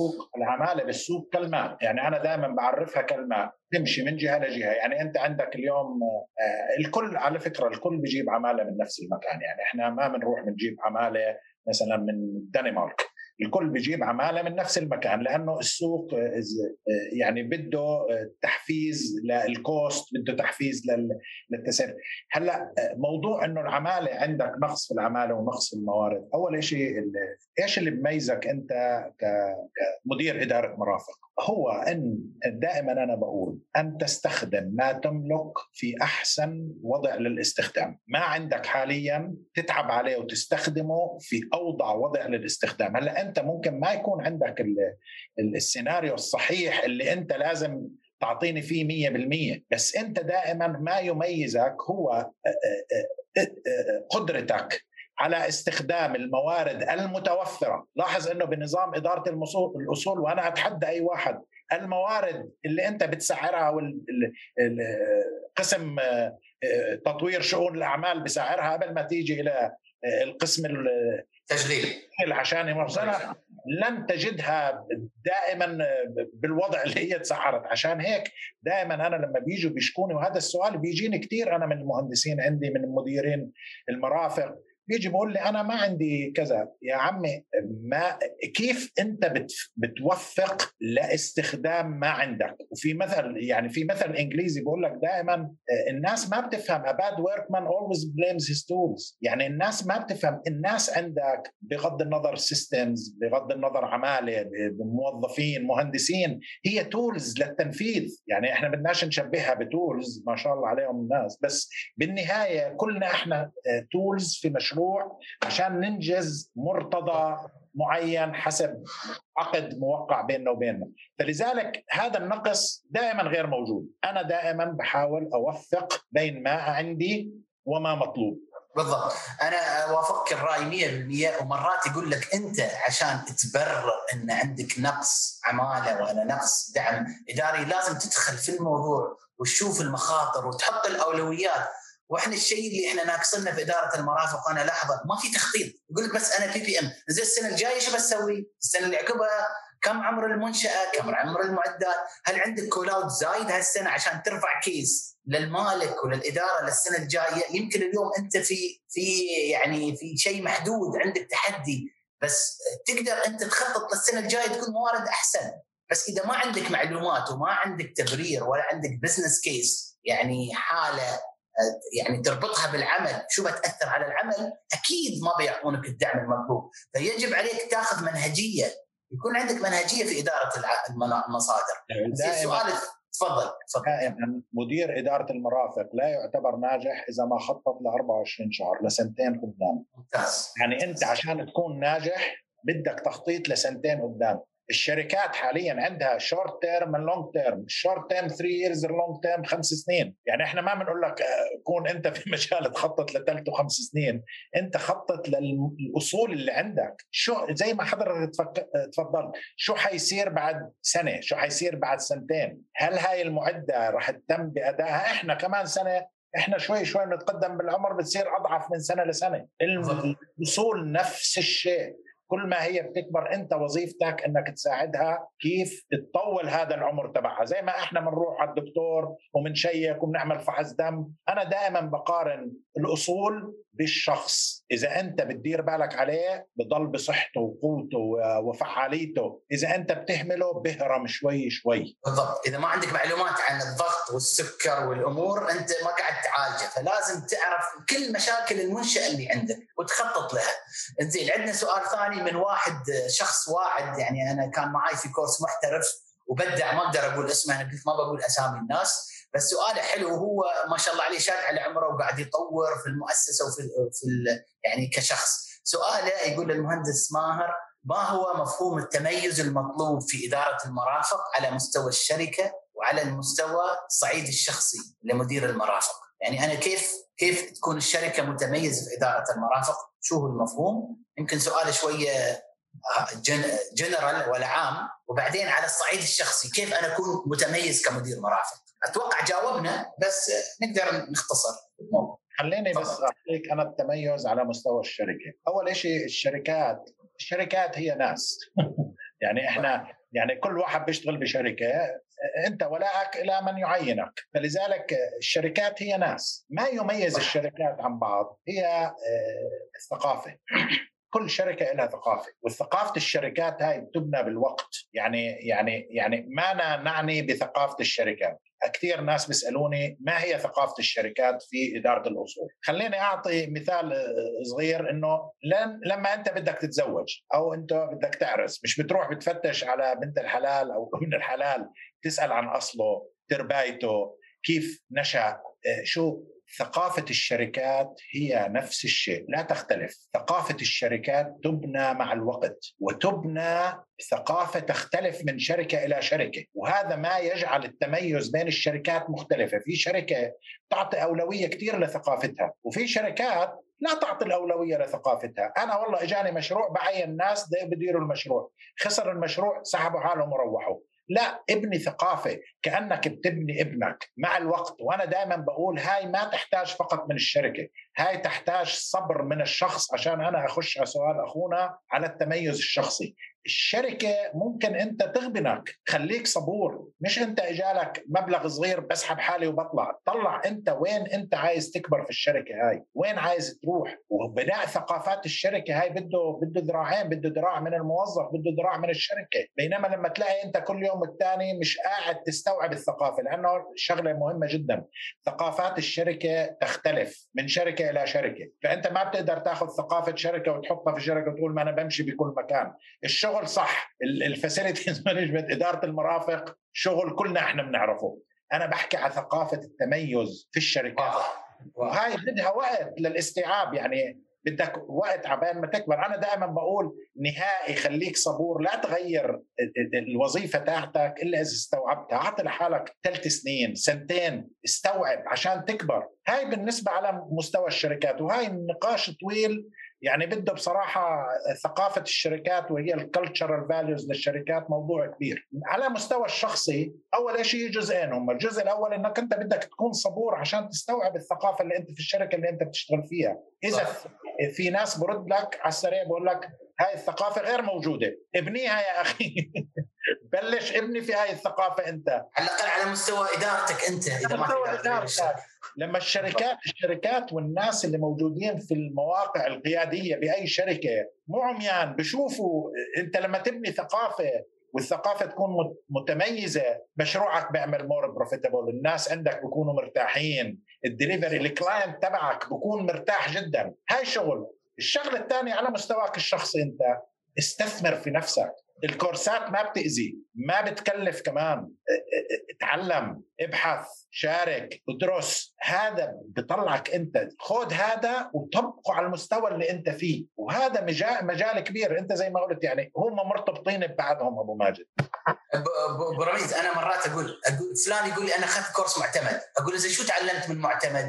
Speaker 3: بالسوق كالماء. يعني انا دائما بعرفها كالماء، تمشي من جهه لجهه. يعني انت عندك اليوم الكل، على فكره الكل بيجيب عماله من نفس المكان. يعني احنا ما بنروح بنجيب عماله مثلا من الدنمارك، الكل بيجيب عمالة من نفس المكان، لأنه السوق يعني بده تحفيز للكوست، بده تحفيز للتسعير. هلأ موضوع أنه العمالة عندك نقص في العمالة ونقص في الموارد، أول شيء إيش اللي بميزك أنت كمدير إدارة مرافق؟ هو أن دائما أنا بقول أن تستخدم ما تملك في أحسن وضع للاستخدام. ما عندك حاليا تتعب عليه وتستخدمه في أوضع وضع للاستخدام. هلأ أنت ممكن ما يكون عندك السيناريو الصحيح اللي أنت لازم تعطيني فيه 100%، بس أنت دائما ما يميزك هو قدرتك على استخدام الموارد المتوفرة. لاحظ أنه بنظام إدارة الأصول، وأنا أتحدى أي واحد، الموارد اللي أنت بتسعرها والقسم تطوير شؤون الأعمال بسعرها قبل ما تيجي إلى القسم التشغيل عشان يمرسلها، لن تجدها دائما بالوضع اللي هي تسعرت. عشان هيك دائما أنا لما بيجوا بيشكوني، وهذا السؤال بيجيني كتير أنا من المهندسين عندي، من المديرين المرافق، بيجي بقول لي انا ما عندي كذا. يا عمي، ما كيف انت بتوفق لاستخدام ما عندك؟ وفي مثل، يعني في مثل انجليزي بقول لك دائما الناس ما بتفهم a bad workman always blames his tools. يعني الناس ما بتفهم. الناس عندك بغض النظر systems، بغض النظر عمالة، موظفين، مهندسين، هي تولز للتنفيذ. يعني احنا بدناش نشبهها بتولز ما شاء الله عليهم الناس، بس بالنهاية كلنا احنا تولز في مشروع عشان ننجز مرتضى معين حسب عقد موقع بيننا وبيننا. فلذلك هذا النقص دائما غير موجود. أنا دائما بحاول أوفق بين ما عندي وما مطلوب.
Speaker 2: بالضبط، أنا وافقك الرأي 100%. ومرات يقول لك أنت عشان تبرر أن عندك نقص عمالة ولا نقص دعم إداري لازم تدخل في الموضوع وتشوف المخاطر وتحط الأولويات. واحنا الشيء اللي احنا ناقصنا في اداره المرافق، وانا لاحظه ما في تخطيط. يقول لك بس انا PPM، زي السنه الجايه شو بسوي؟ السنه اللي عقبها كم عمر المنشاه؟ كم عمر المعدات؟ هل عندك كول اوت زايد هالسنه عشان ترفع كيس للمالك وللاداره للسنه الجايه؟ يمكن اليوم انت في شيء محدود، عندك تحدي، بس تقدر انت تخطط للسنه الجايه تكون موارد احسن. بس اذا ما عندك معلومات وما عندك تبرير ولا عندك بزنس كيس، يعني حاله يعني تربطها بالعمل، شو بتأثر على العمل، أكيد ما بيعطونك الدعم المطلوب. فيجب عليك تأخذ منهجية، يكون عندك منهجية في إدارة المصادر. سؤال، تفضل.
Speaker 3: دائما مدير إدارة المرافق لا يعتبر ناجح إذا ما خطط ل 24 شهر، لسنتين قدام.
Speaker 2: ممتاز.
Speaker 3: يعني أنت عشان تكون ناجح بدك تخطيط لسنتين قدام. الشركات حاليا عندها شورت تيرم ولونج تيرم. الشورت تيرم 3 years، اللونج تيرم 5 سنين. يعني احنا ما بنقول لك كون انت في مجال تخطط ل3 و5 سنين، انت خطط للاصول اللي عندك. شو زي ما حضرتك تفضل، شو حيصير بعد سنه، شو حيصير بعد سنتين، هل هاي المعده رح تتم بادائها؟ احنا كمان سنه احنا شوي شوي نتقدم بالعمر، بتصير اضعف من سنه لسنه. الاصول نفس الشيء، كل ما هي بتكبر انت وظيفتك انك تساعدها كيف تطول هذا العمر تبعها. زي ما احنا بنروح على الدكتور ومنشيك وبنعمل فحص دم، انا دائما بقارن الاصول بالشخص. اذا انت بتدير بالك عليه بضل بصحته وقوته وفعاليته، اذا انت بتهمله بهرم شوي شوي.
Speaker 2: بالضبط. اذا ما عندك معلومات عن الضغط والسكر والامور انت ما قاعد تعالجه، فلازم تعرف كل مشاكل المنشأة اللي عندك وتخطط لها. انزين، عندنا سؤال ثاني من واحد شخص واعد، يعني انا كان معي في كورس محترف وبدع، ما اقدر اقول اسمه، انا قلت ما بقول اسامي الناس، بس سؤاله حلو وهو ما شاء الله عليه شاد على عمره وقاعد يطور في المؤسسه وفي يعني كشخص. سؤاله يقول للمهندس ماهر: ما هو مفهوم التميز المطلوب في إدارة المرافق على مستوى الشركة وعلى المستوى الصعيد الشخصي لمدير المرافق؟ يعني أنا كيف تكون الشركة متميزة في إدارة المرافق؟ شو هو المفهوم؟ يمكن سؤال شوية جنرال ولا عام، وبعدين على الصعيد الشخصي كيف أنا أكون متميز كمدير مرافق؟ أتوقع جاوبنا، بس نقدر نختصر الموضوع.
Speaker 3: خليني بس أعطيك أنا التميز على مستوى الشركة. أول شيء الشركات هي ناس يعني إحنا يعني كل واحد بيشتغل بشركة، أنت ولاءك إلى من يعينك. فلذلك الشركات هي ناس. ما يميز الشركات عن بعض هي الثقافة. كل شركة لها ثقافة، والثقافة الشركات هاي بتبنى بالوقت. يعني ما نعني بثقافة الشركات. كثير ناس بيسألوني ما هي ثقافة الشركات في إدارة الأصول. خليني أعطي مثال صغير، إنه لما أنت بدك تتزوج أو أنت بدك تعرس، مش بتروح بتفتش على بنت الحلال أو ابن الحلال، تسأل عن أصله، تربايته، كيف نشأ، شو. ثقافة الشركات هي نفس الشيء، لا تختلف. ثقافة الشركات تبنى مع الوقت، وتبنى ثقافة تختلف من شركة إلى شركة، وهذا ما يجعل التميز بين الشركات مختلفة. في شركة تعطي أولوية كتير لثقافتها، وفي شركات لا تعطي الأولوية لثقافتها. أنا والله إجاني مشروع، بعين ناس بديروا المشروع، خسر المشروع، سحبوا حالهم وروحوا. لا، ابني ثقافة كأنك بتبني ابنك مع الوقت. وأنا دائما بقول هاي ما تحتاج فقط من الشركة، هاي تحتاج صبر من الشخص. عشان أنا أخش على سؤال أخونا على التميز الشخصي، الشركة ممكن أنت تغبنك، خليك صبور. مش أنت إجالك مبلغ صغير بسحب حالي وبطلع، طلع أنت وين أنت عايز تكبر في الشركة هاي، وين عايز تروح. وبناء ثقافات الشركة هاي بده ذراعين، بده ذراع من الموظف، بده ذراع من الشركة. بينما لما تلاقي أنت كل يوم الثاني مش قاعد تستوعب الثقافة، لأنه شغلة مهمة جدا، ثقافات الشركة تختلف من شركة إلى شركة. فأنت ما بتقدر تأخذ ثقافة شركة وتحطها في شركة وتقول ما أنا بمشي بكل مكان. الشغل صح، الفاسيلتيز مانجمنت، إدارة المرافق، شغل كلنا احنا بنعرفه. أنا بحكي على ثقافة التميز في الشركات، وهاي بدها وقت للاستيعاب. يعني بدك وقت عبال ما تكبر. أنا دائما بقول نهائي خليك صبور، لا تغير الوظيفة تاعتك إلا إذا استوعبتها. أعطي لحالك 3 سنين 2 سنين استوعب عشان تكبر. هاي بالنسبة على مستوى الشركات، وهاي النقاش طويل يعني بده بصراحة ثقافة الشركات وهي الكالتشرال فاليوز للشركات موضوع كبير. على مستوى الشخصي أول شيء جزئين هم. الجزء الأول إنك أنت بدك تكون صبور عشان تستوعب الثقافة اللي أنت في الشركة اللي أنت بتشتغل فيها. إذا في ناس برد لك على السريع بقول لك هاي الثقافة غير موجودة، ابنيها يا أخي. بلش ابني في هاي الثقافة أنت،
Speaker 2: على الأقل على مستوى إدارتك أنت. إذا ما
Speaker 3: لما الشركات والناس اللي موجودين في المواقع القيادية بأي شركة مو عميان، بشوفوا أنت لما تبني ثقافة والثقافة تكون متميزة، مشروعك بيعمل مور بروفيتابل، الناس عندك بيكونوا مرتاحين، الدليفري الكلاينت تبعك بيكون مرتاح جدا. هاي شغل. الشغل الثاني على مستواك الشخصي، أنت استثمر في نفسك. الكورسات ما بتأذي، ما بتكلف كمان. اتعلم، ابحث، شارك، ادرس. هذا بطلعك انت. خذ هذا وطبقه على المستوى اللي انت فيه، وهذا مجال كبير. انت زي ما قلت يعني هم مرتبطين ببعضهم. ابو ماجد،
Speaker 2: ابو رميز، انا مرات اقول فلان يقول لي انا اخذت كورس معتمد، اقول زين شو تعلمت من معتمد؟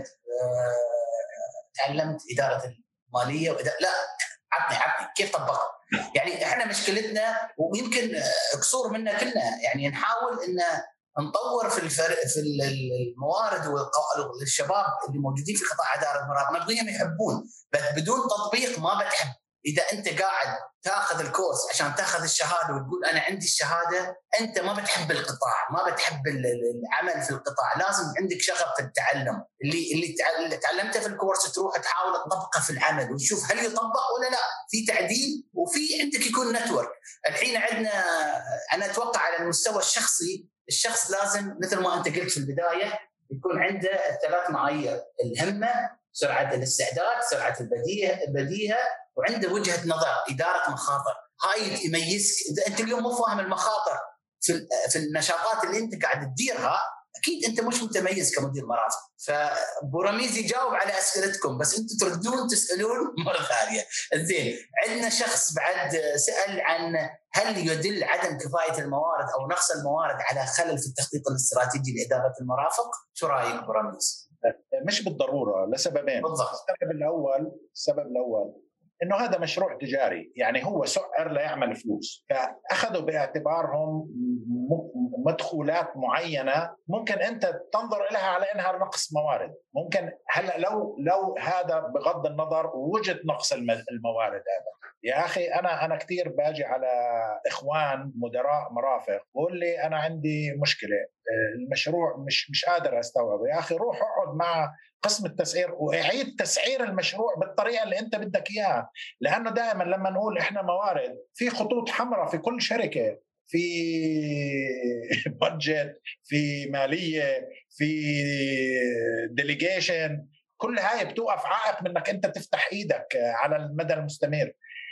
Speaker 2: تعلمت اداره الماليه لا، عطني كيف طبقت. يعني احنا مشكلتنا ويمكن قصور منا كلنا، يعني نحاول ان نطور في الموارد والشباب اللي موجودين في قطاع اداره المرافق، نبغيهم يحبون، بس بدون تطبيق ما بتحب. اذا انت قاعد تاخذ الكورس عشان تاخذ الشهاده وتقول انا عندي الشهاده، انت ما بتحب القطاع، ما بتحب العمل في القطاع. لازم عندك شغف في التعلم. اللي تعلمته في الكورس تروح تحاول تطبقه في العمل وتشوف هل يطبق ولا لا، في تعديل، وفي عندك يكون نتورك. الحين عندنا، انا اتوقع على المستوى الشخصي، الشخص لازم مثل ما انت قلت في البدايه يكون عنده 3 معايير: الهمه، سرعه الاستعداد، سرعه البديهه، وعنده وجهه نظر، اداره مخاطر. هاي يميزك. اذا انت اليوم مو فاهم المخاطر في النشاطات اللي انت قاعد تديرها، اكيد انت مش متميز كمدير مرافق. فابو رميز يجاوب على اسئلتكم، بس انتم تردون تسالون مره ثانيه. زين، عندنا شخص بعد سال عن هل يدل عدم كفايه الموارد او نقص الموارد على خلل في التخطيط الاستراتيجي لاداره المرافق؟ شو رايك ابو رميز؟
Speaker 3: مش بالضروره، لسببين. السبب الاول انه هذا مشروع تجاري، يعني هو سعر ليعمل فلوس، فاخذوا باعتبارهم مدخولات معينه ممكن انت تنظر لها على انها نقص موارد. ممكن هلا لو هذا بغض النظر وجد نقص الموارد هذا، يا اخي انا كثير باجي على اخوان مدراء مرافق بقول لي انا عندي مشكله، المشروع مش قادر استوعبه. يا اخي روح اقعد مع قسم التسعير واعيد تسعير المشروع بالطريقه اللي انت بدك اياها. لانه دائما لما نقول احنا موارد، في خطوط حمراء في كل شركه، في بادجت، في ماليه، في ديليجيشن، كل هاي بتوقف عائق منك انت تفتح ايدك على المدى المستمر.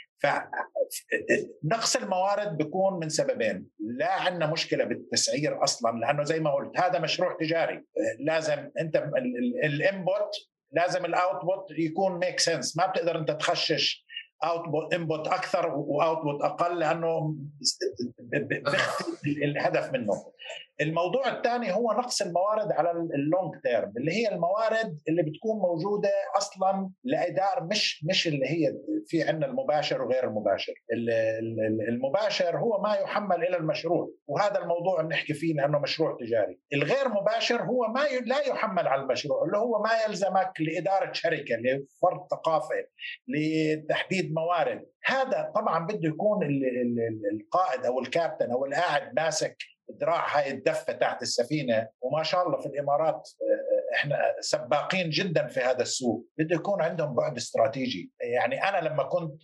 Speaker 3: فنقص الموارد بيكون من سببين: لا عندنا مشكلة بالتسعير أصلا، لأنه زي ما قلت هذا مشروع تجاري، لازم أنت الانبوت لازم الاوتبوت يكون ميك سنس. ما بتقدر أنت تخشش اوتبوت انبوت أكثر واوتبوت أقل، لأنه بيختلف الهدف منه. الموضوع الثاني هو نقص الموارد على اللونج تيرم، اللي هي الموارد اللي بتكون موجوده اصلا لاداره، مش اللي هي في عندنا المباشر وغير المباشر. المباشر هو ما يحمل الى المشروع، وهذا الموضوع بنحكي فيه لانه مشروع تجاري. الغير مباشر هو ما لا يحمل على المشروع، اللي هو ما يلزمك لاداره شركه، لفرض ثقافه، لتحديد موارد. هذا طبعا بده يكون القائد او الكابتن او القاعد ماسك ذراع هاي الدفة تحت السفينة. وما شاء الله في الإمارات إحنا سباقين جدا في هذا السوق، بده يكون عندهم بعد استراتيجي. يعني أنا لما كنت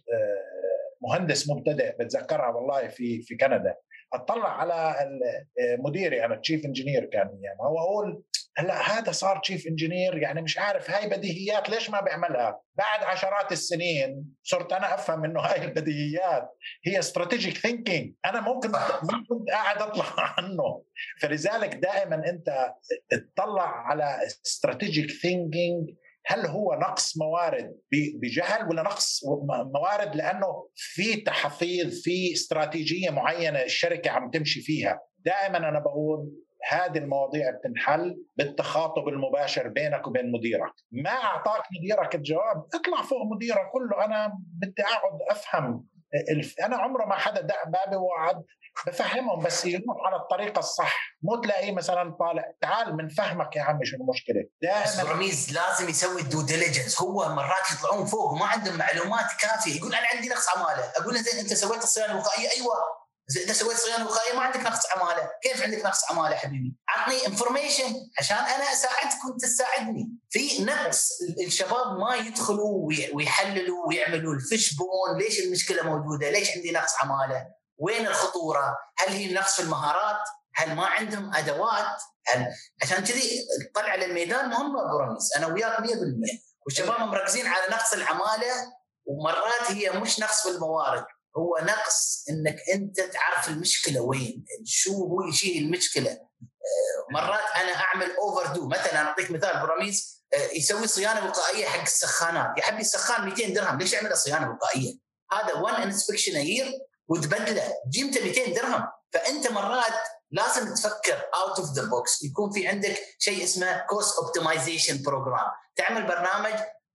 Speaker 3: مهندس مبتدئ بتذكرها والله في كندا، أطلع على مديري، أنا تشيف انجينير كان يعني، هو أقول هلا هذا صار تشيف انجينير، يعني مش عارف هاي بديهيات ليش ما بيعملها. بعد عشرات السنين صرت انا افهم انه هاي البديهيات هي استراتيجيك ثينكينج، انا ممكن قاعد اطلع عنه. فلذلك دائما انت تطلع على استراتيجيك ثينكينج، هل هو نقص موارد بجهل ولا نقص موارد لانه في تحفيظ، في استراتيجيه معينه الشركه عم تمشي فيها. دائما انا بقول هذه المواضيع بتنحل بالتخاطب المباشر بينك وبين مديرك. ما أعطاك مديرك الجواب، اطلع فوق مديرك، قل له أنا بدي أقعد أفهم. أنا عمره ما حدا دق بابي وقعد بفهمهم، بس يروح على الطريقة الصح، مو تلاقيه مثلا طالع تعال من فهمك يا عمي شو المشكلة.
Speaker 2: دائما رميز لازم يسوي الدو ديليجنس. هو مرات يطلعون فوق وما عندهم معلومات كافية، يقول أنا عندي نقص عمالة. أقول له أنت سويت الصيانة الوقائية؟ أيوة. إذا سويت صيانة وقائية ما عندك نقص عمالة. كيف عندك نقص عمالة حبيبي؟ عطني انفورميشن عشان أنا أساعدك وأنت تساعدني. في نقص الشباب ما يدخلوا ويحللوا ويعملوا الفيش بون، ليش المشكلة موجودة؟ ليش عندي نقص عمالة؟ وين الخطورة؟ هل هي نقص في المهارات؟ هل ما عندهم أدوات؟ عشان كذي الطلعة للميدان مهمة أبو رميز، أنا وياك 100%. والشباب مركزين على نقص العمالة، ومرات هي مش نقص في الموارد، هو نقص انك انت تعرف المشكله وين، شو هو يشيل المشكله. مرات انا اعمل اوفر دو. مثلا اعطيك مثال، براميز يسوي صيانه وقائيه حق السخانات. يا حبي السخان 200 درهم، ليش يعمل صيانه وقائيه؟ هذا 1 انسبكشن يير وتبدله قيمته 200 درهم. فانت مرات لازم تفكر اوت اوف ذا بوكس، يكون في عندك شيء اسمه كوست اوبتمايزيشن بروجرام، تعمل برنامج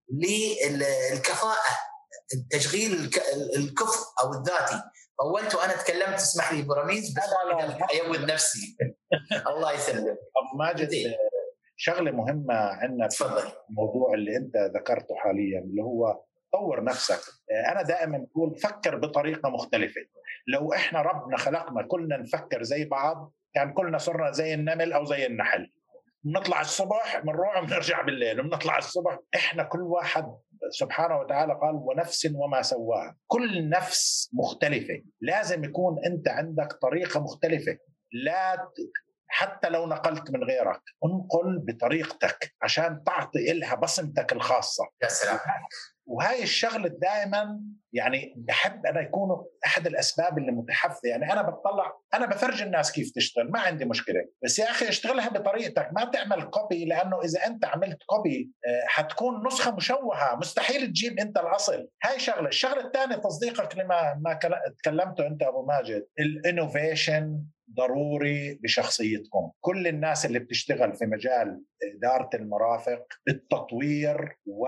Speaker 2: للكفاءه، تشغيل الكفء او الذاتي. طولت وانا تكلمت، اسمح لي برميز، بس ايود نفسي. الله يسلمك
Speaker 3: ابو ماجد. شغله مهمه عندنا في الموضوع اللي انت ذكرته حاليا، اللي هو طور نفسك. انا دائما بقول فكر بطريقه مختلفه. لو احنا ربنا خلقنا كلنا نفكر زي بعض، كان كلنا صرنا زي النمل او زي النحل، بنطلع الصبح بنروح وبنرجع بالليل، وبنطلع الصبح. احنا كل واحد سبحانه وتعالى قال ونفس وما سواها، كل نفس مختلفة. لازم يكون أنت عندك طريقة مختلفة، لا حتى لو نقلت من غيرك انقل بطريقتك عشان تعطي إلها بصمتك الخاصة.
Speaker 2: يا سلام.
Speaker 3: وهاي الشغلة دائما يعني بحب أنا يكون أحد الأسباب اللي متحفزة. يعني أنا بتطلع، أنا بفرج الناس كيف تشتغل، ما عندي مشكلة، بس يا أخي اشتغلها بطريقتك، ما تعمل كوبي، لأنه إذا أنت عملت كوبي حتكون نسخة مشوهة، مستحيل تجيب أنت الأصل. هاي شغلة. الشغلة الثانية تصديقك لما تكلمته أنت أبو ماجد، الانوفيشن ضروري بشخصيتكم. كل الناس اللي بتشتغل في مجال إدارة المرافق، التطوير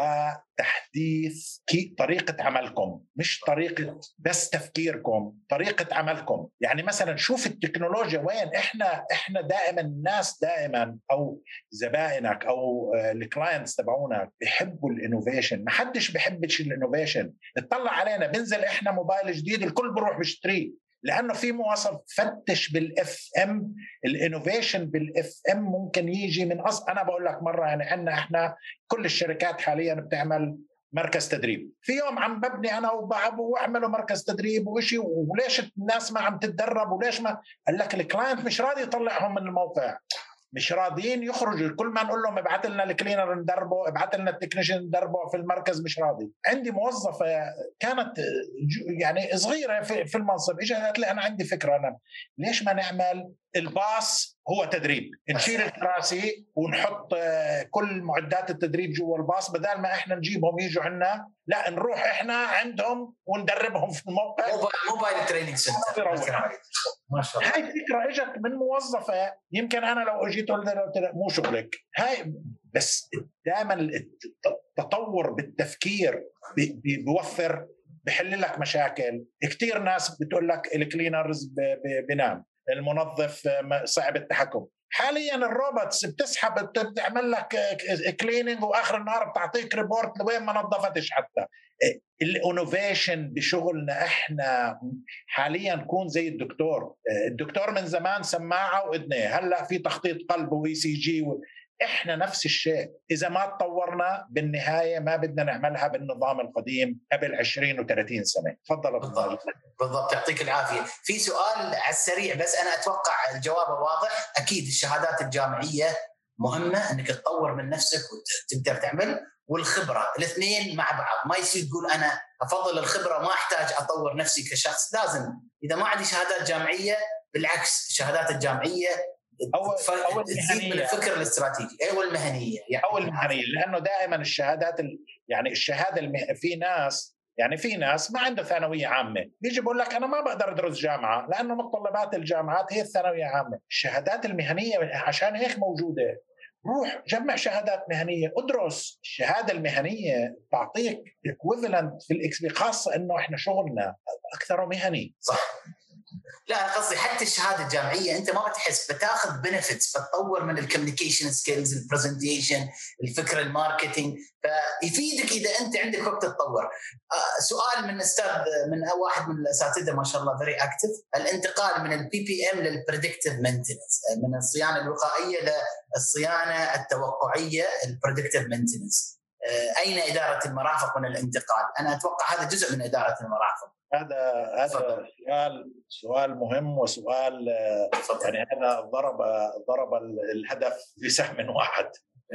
Speaker 3: وتحديث طريقة عملكم، مش طريقة بس تفكيركم، طريقة عملكم. يعني مثلا شوف التكنولوجيا وين. احنا دائما الناس دائما او زبائنك او الكلاينتس تبعونك بيحبوا الانوفيشن. ما حدش بيحبش الانوفيشن. اطلع علينا، بنزل احنا موبايل جديد الكل بروح بيشتريه، لانه في مواصف. فتش بالاف ام، الانوفيشن بالاف ام ممكن يجي من اصل. انا بقول لك مره، يعني عندنا احنا كل الشركات حاليا بتعمل مركز تدريب. في يوم عم ببني انا وبعبو واعملوا مركز تدريب وشيء، وليش الناس ما عم تتدرب وليش ما؟ قال لك الكلاينت مش راضي يطلعهم من الموقع. مش راضيين يخرجوا. كل ما نقول لهم ابعث لنا الكلينر ندربه، ابعث لنا التكنيشن ندربه في المركز، مش راضي. عندي موظفه كانت يعني صغيره في المنصب، اجت قالت لي انا عندي فكره، انا ليش ما نعمل الباص هو تدريب، نشيل الكراسي ونحط كل معدات التدريب جوا الباص، بدل ما احنا نجيبهم يجوا عنا، لا نروح احنا عندهم وندربهم في الموقع.
Speaker 2: موبايل تريننج سنتر.
Speaker 3: ما شاء الله. هاي فكره اجت من موظفه، يمكن انا لو اجيت قلت مو شغلك هاي، بس دائما التطور بالتفكير بيوفر، بحل لك مشاكل. كتير ناس بتقول لك الكلينرز بنام، المنظف صعب التحكم. حاليا الروبوتس بتسحب بتعمل لك كليننج، واخر النهار بتعطيك ريبورت لوين ما نظفتش. حتى الانوفيشن بشغلنا احنا حاليا نكون زي الدكتور من زمان سماعه واذنيه، هلا في تخطيط قلب وإي سي جي احنا نفس الشيء. اذا ما تطورنا بالنهايه ما بدنا نعملها بالنظام القديم قبل 20 و30 سنه. تفضل.
Speaker 2: بالضبط يعطيك العافيه. في سؤال على السريع بس انا اتوقع الجواب واضح. اكيد الشهادات الجامعيه مهمه انك تطور من نفسك وتقدر تعمل، والخبره، الاثنين مع بعض. ما يصير تقول انا افضل الخبره ما احتاج اطور نفسي كشخص. لازم اذا ما عندي شهادات جامعيه، بالعكس الشهادات الجامعيه تزيد من الفكر الاستراتيجي والمهنيه.
Speaker 3: او المهنيه، لانه دائما الشهادات يعني الشهاده في ناس ما عنده ثانويه عامه، بيجي بقول لك انا ما بقدر ادرس جامعه لانه متطلبات الجامعات هي الثانويه عامه. الشهادات المهنيه عشان هيك موجوده. روح جمع شهادات مهنيه، ادرس. الشهاده المهنيه تعطيك ايكويفالنت في خاصه انه احنا شغلنا اكثر مهني.
Speaker 2: صح. لا انا قصدي حتى الشهاده الجامعيه انت ما بتحس، بتاخذ بنفيتس، بتطور من الكوميونيكيشن سكيلز، البرزنتيشن، الفكره، الماركتينج، فيفيدك اذا انت عندك وقت تتطور. سؤال من واحد من الاساتذه ما شاء الله فيري اكتف، الانتقال من البي بي ام للبريدكتيف مينتنس، من الصيانه الوقائيه للصيانه التوقعيه البريدكتيف مينتنس. اين اداره المرافق من الانتقال؟ انا اتوقع هذا جزء من اداره المرافق.
Speaker 3: هذا سؤال مهم، وسؤال يعني هذا ضرب الهدف بسهم واحد.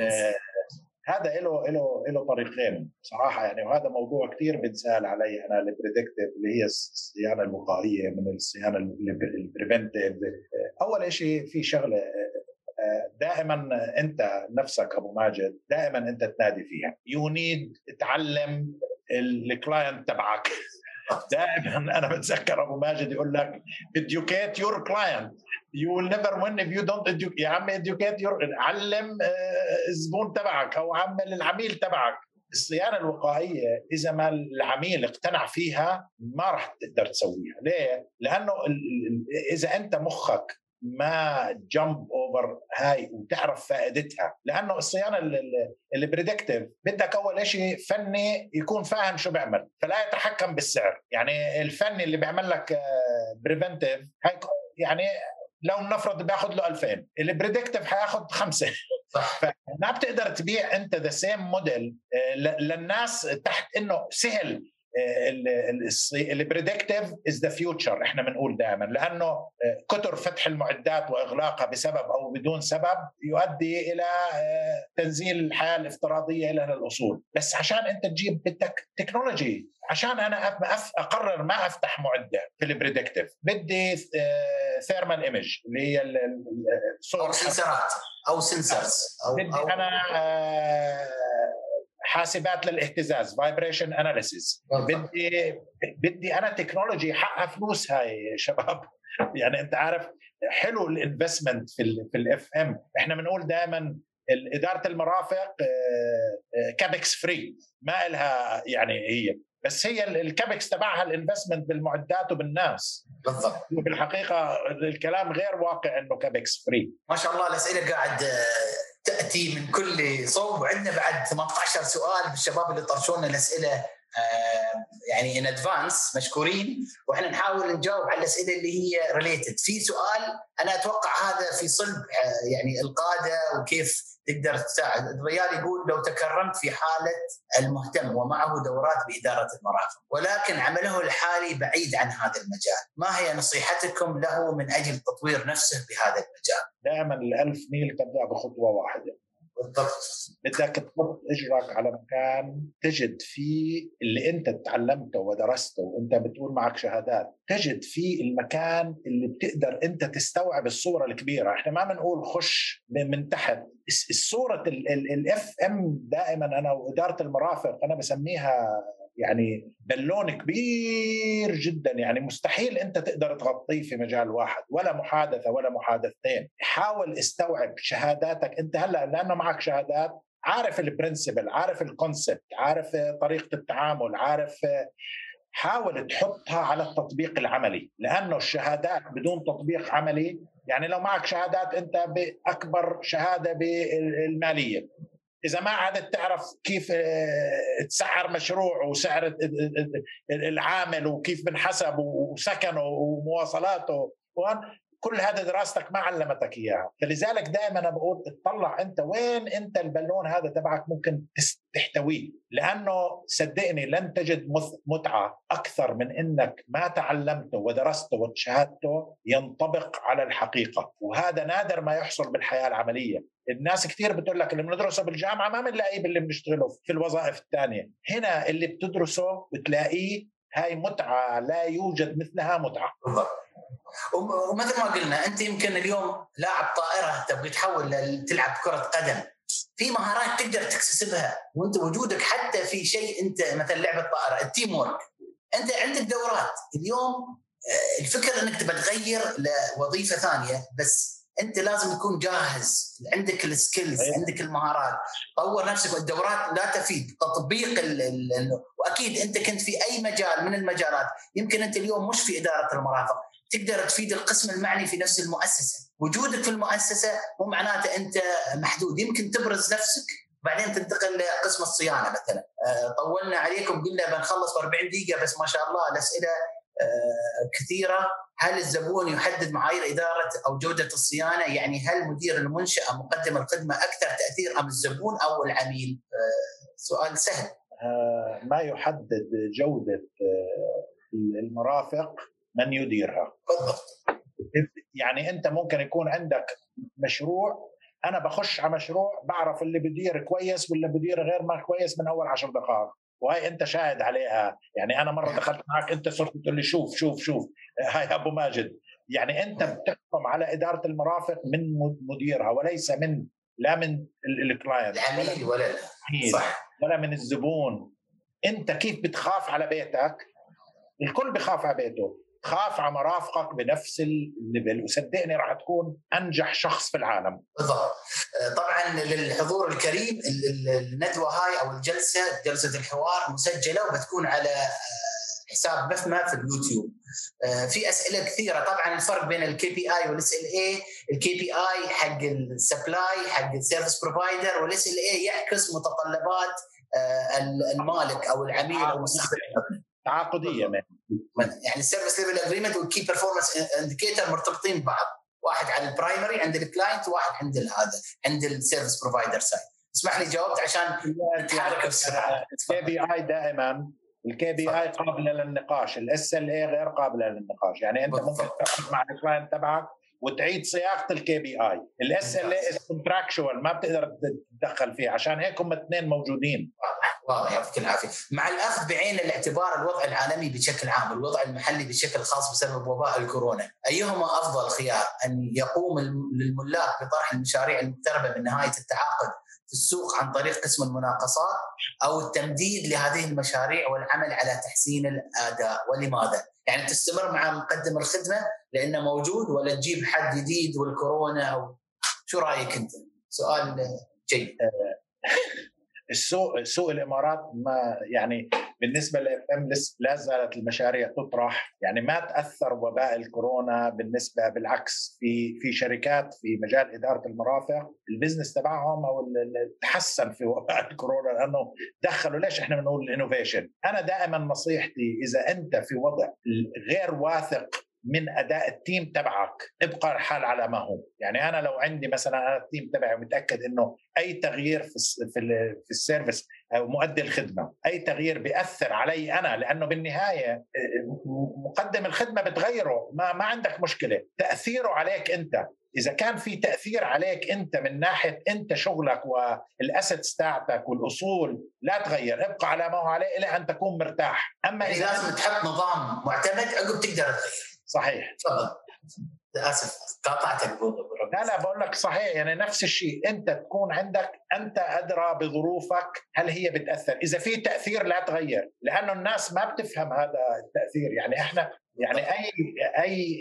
Speaker 3: هذا له طريقين صراحه يعني، وهذا موضوع كثير بنسال عليه انا. البريدكتيف اللي هي الصيانه الوقائيه من الصيانه البريفنتيف. اول شيء في شغله دائما انت نفسك ابو ماجد دائما انت تنادي فيها، يو نيد تعلم الكلاينت تبعك. دائما انا بتذكر ابو ماجد يقول لك educate your client, you will never win if you don't educate. يا عم educate علم الزبون تبعك او عمل العميل تبعك. الصيانه الوقائيه اذا ما العميل اقتنع فيها ما راح تقدر تسويها. ليه؟ لانه اذا انت مخك ما جمب اوفر هاي وتعرف فائدتها، لانه الصيانه البريدكتيف بدك اول شيء فني يكون فاهم شو بيعمل، فلا يتحكم بالسعر. يعني الفني اللي بيعمل لك بريفنتيف يعني لو نفرض بياخذ له 2000، البريدكتيف حياخذ 5. فما بتقدر تبيع انت ذا سيم موديل للناس تحت انه سهل. البريدكتيف از ذا فيوتشر احنا بنقول دائما، لانه كثر فتح المعدات واغلاقها بسبب او بدون سبب يؤدي الى تنزيل الحياه الافتراضيه الى الاصول. بس عشان انت تجيب بدك تكنولوجي. عشان انا اقرر ما افتح معده في البريدكتيف، بدي ثيرمال ايمج اللي هي
Speaker 2: الصور، سنسرات او سنسرز،
Speaker 3: بدي انا حاسبات للاهتزاز فايبريشن اناليسيس، بدي انا تكنولوجي حقها فلوس. هاي شباب يعني انت عارف حلو الانفستمنت في الاف ام. احنا بنقول دائما اداره المرافق كابكس فري، ما لها يعني هي بس هي الكابكس تبعها الانفستمنت بالمعدات وبالناس.
Speaker 2: بالضبط.
Speaker 3: بالحقيقه الكلام غير واقع انه كابكس فري.
Speaker 2: ما شاء الله الاسئله قاعد تأتي من كل صوب، وعندنا بعد 18 سؤال بالشباب اللي طرشونا الأسئلة يعني ان ادفانس مشكورين، واحنا نحاول نجاوب على الاسئله اللي هي ريليتد. في سؤال انا اتوقع هذا في صلب يعني القاده وكيف تقدر تساعد. الرجال يقول لو تكرمت في حاله المهتم ومعه دورات باداره المرافق ولكن عمله الحالي بعيد عن هذا المجال، ما هي نصيحتكم له من اجل تطوير نفسه بهذا المجال؟
Speaker 3: دائما ال1000 ميل تبدا بخطوه واحده.
Speaker 2: بالضبط.
Speaker 3: بدك تحط اجرك على مكان تجد فيه اللي انت تعلمته ودرسته وانت بتقول معك شهادات، تجد فيه المكان اللي بتقدر انت تستوعب الصوره الكبيره. احنا ما بنقول خش من تحت. الصوره الاف ام دائما انا واداره المرافق انا بسميها يعني بالون كبير جدا، يعني مستحيل انت تقدر تغطيه في مجال واحد ولا محادثه ولا محادثتين. حاول استوعب شهاداتك انت هلا، لانه معك شهادات، عارف البرنسبل، عارف الكونسبت، عارف طريقه التعامل، عارف. حاول تحطها على التطبيق العملي، لانه الشهادات بدون تطبيق عملي، يعني لو معك شهادات انت باكبر شهاده بالماليه، إذا ما عادت تعرف كيف تسعر مشروع وسعر العامل وكيف بنحسب وسكنه ومواصلاته، كل هذا دراستك ما علمتك إياها. فلذلك دائما أنا بقول اطلع أنت وين أنت البالون هذا تبعك ممكن تحتويه، لأنه صدقني لن تجد متعة أكثر من أنك ما تعلمته ودرسته وشهادته ينطبق على الحقيقة. وهذا نادر ما يحصل بالحياة العملية. الناس كثير بتقول لك اللي بندرسه بالجامعة ما بنلاقيه باللي بنشتغله في الوظائف الثانية. هنا اللي بتدرسه بتلاقيه، هاي متعة لا يوجد مثلها متعة.
Speaker 2: ومثل ما قلنا أنت يمكن اليوم لاعب طائرة تبغي تحول تلعب كرة قدم، في مهارات تقدر تكتسبها وانت وجودك حتى في شيء انت مثل لعبة طائرة التيم وورك. انت عندك دورات اليوم، الفكرة انك تبغى تغير لوظيفة ثانية، بس انت لازم تكون جاهز، عندك السكيلز، عندك المهارات، طور نفسك. والدورات لا تفيد تطبيق واكيد انت كنت في اي مجال من المجالات، يمكن انت اليوم مش في إدارة المرافق، تقدر تفيد القسم المعني في نفس المؤسسة. وجودك في المؤسسة مو معناته أنت محدود، يمكن تبرز نفسك بعدين تنتقل لقسم الصيانة مثلا. طولنا عليكم، قلنا بنخلص ب 40 دقيقة، بس ما شاء الله الأسئلة كثيرة. هل الزبون يحدد معايير إدارة أو جودة الصيانة؟ يعني هل مدير المنشأة مقدم الخدمة أكثر تأثير أم الزبون أو العميل؟ سؤال سهل.
Speaker 3: ما يحدد جودة المرافق من يديرها.
Speaker 2: بالضبط.
Speaker 3: يعني أنت ممكن يكون عندك مشروع، أنا بخش على مشروع بعرف اللي بدير كويس واللي بدير غير ما كويس من أول 10 دقائق، وهي أنت شاهد عليها. يعني أنا مرة دخلت معك أنت صرت تقول لي شوف شوف شوف هاي أبو ماجد. يعني أنت بتحكم على إدارة المرافق من مديرها وليس من، لا من الكلاينت
Speaker 2: العميل ولا
Speaker 3: صح ولا من الزبون. أنت كيف بتخاف على بيتك؟ الكل بخاف على بيته، خاف على مرافقك بنفس الليفل، وصدقني راح تكون أنجح شخص في العالم.
Speaker 2: بالضبط. طبعا للحضور الكريم الندوة هاي أو جلسة الحوار مسجلة وبتكون على حساب بثمة في اليوتيوب. في أسئلة كثيرة. طبعا الفرق بين الكي بي آي والاس ال اي، الكي بي آي حق السبلاي حق السيرفيس بروفايدر، والاس ال اي يعكس متطلبات المالك أو العميل أو المستخدم.
Speaker 3: تعاقدية
Speaker 2: يعني السيرفيس ليفل اجريمنت والكي بيرفورمانس انديكيتور مرتبطين ببعض، واحد على البرايمري عند الكلاينت وواحد عند هذا عند السيرفيس بروفايدر سايد. اسمح لي جاوبت عشان نتحرك بسرعه.
Speaker 3: الكي بي اي دائما الكي بي اي قابله للنقاش، الاس ال اي غير قابله للنقاش. يعني انت ممكن تتفق مع الكلاينت تبعك وتعيد صياغه الكي بي اي. الاس ال اي كونتراكشوال ما بتقدر تتدخل فيه، عشان هيك هم اثنين موجودين.
Speaker 2: واضح، يعطيك العافيه. مع الاخذ بعين الاعتبار الوضع العالمي بشكل عام والوضع المحلي بشكل خاص بسبب وباء الكورونا، ايهما افضل خيار؟ ان يقوم الملاك بطرح المشاريع المقتربه من نهايه التعاقد في السوق عن طريق قسم المناقصات، او التمديد لهذه المشاريع والعمل على تحسين الاداء؟ ولماذا؟ يعني تستمر مع مقدم الخدمه لانه موجود، ولا تجيب حد جديد والكورونا؟ او شو رايك انت؟ سؤال جيد.
Speaker 3: سوق الامارات ما يعني بالنسبه لFM لا زالت المشاريع تطرح، يعني ما تاثر وباء الكورونا بالنسبه، بالعكس في شركات في مجال اداره المرافق البزنس تبعهم او تحسن في وباء الكورونا، لانه دخلوا ليش احنا بنقول الانوفيشن. انا دائما نصيحتي اذا انت في وضع غير واثق من اداء التيم تبعك ابقى الحال على ما هو. يعني انا لو عندي مثلا انا التيم تبعي متاكد انه اي تغيير في السيرفيس او مؤدي الخدمه، اي تغيير بياثر علي انا، لانه بالنهايه مقدم الخدمه بتغيره، ما عندك مشكله، تاثيره عليك انت. إذا كان في تأثير عليك أنت من ناحية أنت شغلك والأسيتس تاعتك والأصول، لا تغير، ابقى على ما هو عليه إلى أن تكون مرتاح.
Speaker 2: أما إذا لازم تحط نظام معتمد عقب تقدر تغير.
Speaker 3: صحيح.
Speaker 2: تفضل. آسف قاطعتك.
Speaker 3: لا بقول لك صحيح، يعني نفس الشيء، أنت تكون عندك، أنت أدرى بظروفك هل هي بتأثر. إذا في تأثير لا تغير، لأنه الناس ما بتفهم هذا التأثير. يعني إحنا يعني أي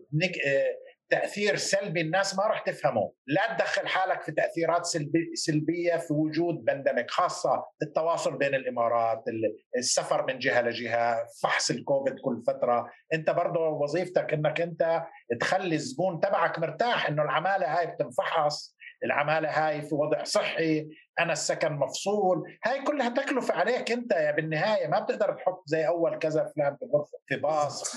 Speaker 3: تأثير سلبي الناس ما راح تفهمه. لا تدخل حالك في تأثيرات سلبية في وجود بندمك، خاصة التواصل بين الإمارات، السفر من جهة لجهة، فحص الكوفيد كل فترة. أنت برضو وظيفتك أنك أنت تخلي الزبون تبعك مرتاح، أنه العمالة هاي بتنفحص، العمالة هاي في وضع صحي، أنا السكن مفصول، هاي كلها تكلفة عليك أنت. بالنهاية ما بتقدر تحط زي أول كذا فلان في غرفة في باص.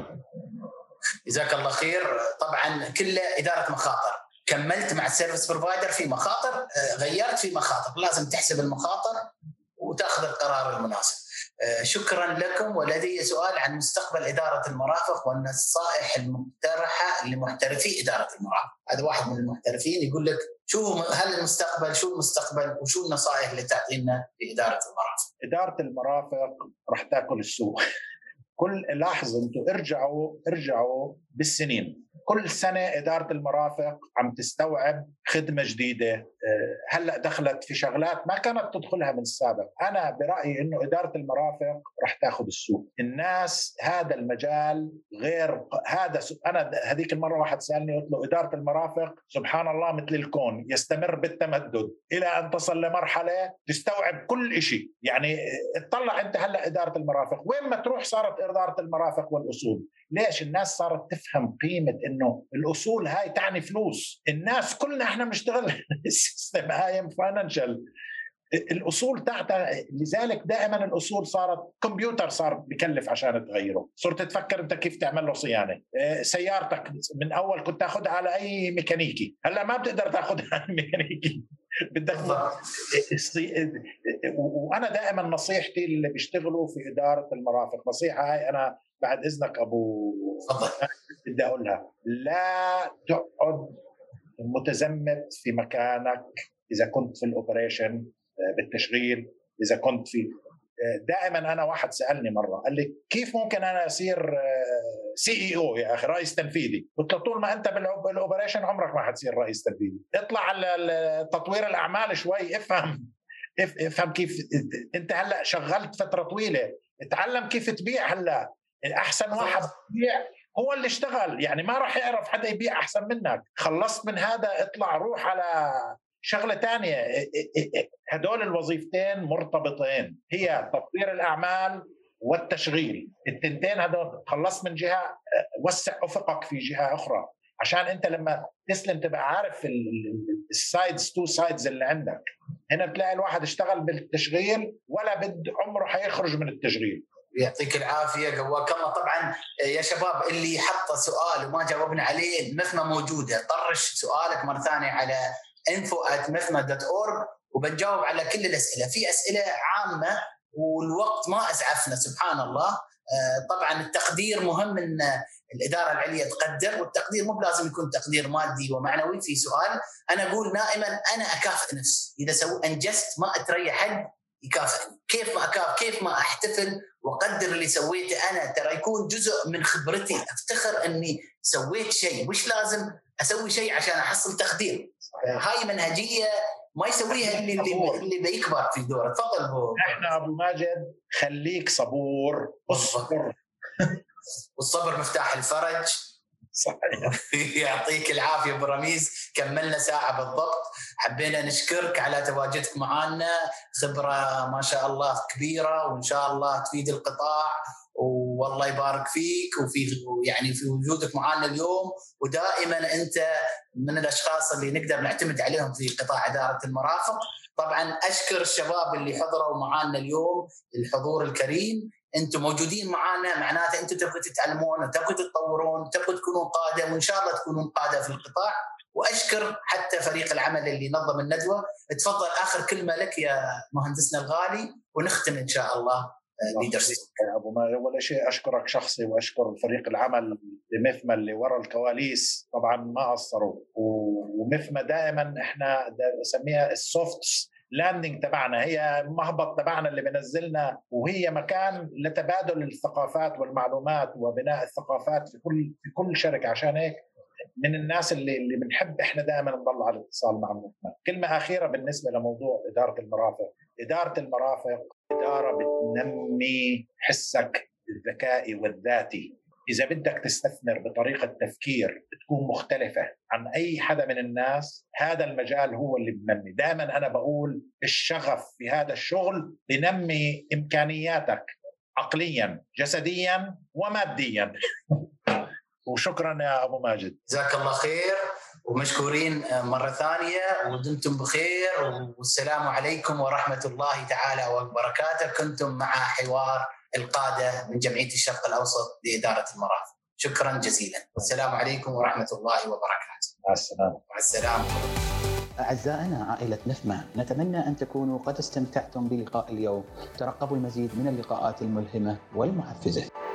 Speaker 2: جزاك الله خير. طبعا كله إدارة مخاطر. كملت مع السيرفيس بروفايدر في مخاطر، غيرت في مخاطر، لازم تحسب المخاطر وتأخذ القرار المناسب. شكرا لكم. ولدي سؤال عن مستقبل إدارة المرافق والنصائح المقترحة لمحترفي إدارة المرافق. هذا واحد من المحترفين يقول لك هل المستقبل، شو المستقبل وشو النصائح اللي تعطينا في إدارة المرافق؟
Speaker 3: إدارة المرافق راح تأكل السوق. كل لاحظ انتم ارجعوا بالسنين، كل سنة إدارة المرافق عم تستوعب خدمة جديدة. هلأ دخلت في شغلات ما كانت تدخلها من السابق. أنا برأيي إنه إدارة المرافق رح تأخذ السوق. الناس هذا المجال غير هذا. أنا هذيك المرة واحد سألني قلت له إدارة المرافق سبحان الله مثل الكون يستمر بالتمدد إلى أن تصل لمرحلة تستوعب كل شيء. يعني اطلع أنت هلأ إدارة المرافق وين ما تروح صارت إدارة المرافق والأصول. ليش؟ الناس صارت تفهم قيمة إنه الأصول هاي تعني فلوس. الناس كلنا إحنا بنشتغل السيستم هاي فاينانشال، الأصول تاعتها. لذلك دائما الأصول صارت كمبيوتر صار بكلف عشان تغيره. صرت تفكر أنت كيف تعمل له صيانة. سيارتك من أول كنت تأخذها على أي ميكانيكي، هلا ما بتقدر تأخذها على ميكانيكي، بدك. وأنا دائما نصيحتي اللي بيشتغلوا في إدارة المرافق، نصيحة هاي أنا بعد إذنك أبو بدي أقولها، لا تقعد متزمت في مكانك. إذا كنت في الأوبريشن بالتشغيل، إذا كنت في دائما. أنا واحد سألني مرة قال لي كيف ممكن أنا أصير CEO يا أخي، رئيس تنفيذي؟ قلت له طول ما أنت بالأوبريشن عمرك ما حتصير رئيس تنفيذي. اطلع على تطوير الأعمال شوي، افهم كيف. أنت هلأ شغلت فترة طويلة، اتعلم كيف تبيع. هلأ أحسن واحد يبيع هو اللي اشتغل، يعني ما راح يعرف حدا يبيع أحسن منك. خلصت من هذا اطلع روح على شغلة تانية. هدول الوظيفتين مرتبطين، هي تطوير الأعمال والتشغيل. التنتين هدول خلصت من جهة، وسع أفقك في جهة أخرى، عشان أنت لما تسلم تبقى عارف السايدز، تو سايدز اللي عندك. هنا بتلاقي الواحد اشتغل بالتشغيل ولا بد عمره حيخرج من التشغيل.
Speaker 2: يعطيك العافية، قواك الله. طبعا يا شباب اللي حط سؤال وما جاوبنا عليه، مفمة موجودة، طرش سؤالك مرة ثانية على info@mifma.org وبنجاوب على كل الأسئلة. في أسئلة عامة والوقت ما أسعفنا سبحان الله. طبعا التقدير مهم، إن الإدارة العليا تقدر، والتقدير مو لازم يكون تقدير مادي ومعنوي. في سؤال أنا أقول دائما أنا أكافئ نفسي، إذا أنجزت ما أتريح حد يكافئني. كيف ما أكافئ، كيف ما أحتفل وقدر اللي سويته أنا، ترى يكون جزء من خبرتي، أفتخر أني سويت شيء، مش لازم أسوي شيء عشان أحصل تقدير. هاي منهجية ما يسويها اللي بيكبر في دوره. تفضل أبو.
Speaker 3: احنا أبو ماجد خليك صبور، اصبر.
Speaker 2: والصبر مفتاح الفرج.
Speaker 3: صحيح.
Speaker 2: يعطيك العافية أبو رميز، كملنا ساعة بالضبط. حبينا نشكرك على تواجدك معنا، خبرة ما شاء الله كبيرة، وإن شاء الله تفيد القطاع، والله يبارك فيك يعني في وجودك معنا اليوم. ودائما أنت من الأشخاص اللي نقدر نعتمد عليهم في قطاع إدارة المرافق. طبعا أشكر الشباب اللي حضروا معنا اليوم، الحضور الكريم. أنتم موجودين معنا معناته أنتم تبغوا تتعلمون وتبغوا تتطورون، تبغوا تكونون قادة، وإن شاء الله تكونون قادة في القطاع. وأشكر حتى فريق العمل اللي نظم الندوة. تفضل آخر كلمة لك يا مهندسنا الغالي، ونختم إن شاء الله ليدرشيب.
Speaker 3: أبو ما ولا شيء، أشكرك شخصي وأشكر فريق العمل بمفمة اللي وراء الكواليس، طبعا ما قصروا. ومفمة دائما إحنا نسميها السوفت لاندنج تبعنا، هي مهبط تبعنا اللي بنزلنا، وهي مكان لتبادل الثقافات والمعلومات وبناء الثقافات في كل شركة. عشان هيك من الناس اللي بنحب احنا دائما نضل على الاتصال مع المجتمع. كلمة أخيرة بالنسبة لموضوع إدارة المرافق. إدارة المرافق إدارة بتنمي حسك الذكائي والذاتي. إذا بدك تستثمر بطريقة تفكير تكون مختلفة عن أي حدا من الناس، هذا المجال هو اللي بنمي. دائما أنا بقول الشغف في هذا الشغل بنمي إمكانياتك عقليا جسديا وماديا. وشكرا يا أبو ماجد،
Speaker 2: جزاك الله خير، ومشكورين مرة ثانية، ودمتم بخير، والسلام عليكم ورحمة الله تعالى وبركاته. كنتم مع حوار القادة من جمعية الشرق الأوسط لإدارة المرافق. شكرا جزيلا، والسلام عليكم ورحمة الله وبركاته.
Speaker 3: مع السلامة.
Speaker 2: مع السلامة.
Speaker 1: أعزائنا عائلة نفمة، نتمنى أن تكونوا قد استمتعتم بلقاء اليوم. ترقبوا المزيد من اللقاءات الملهمة والمحفزة.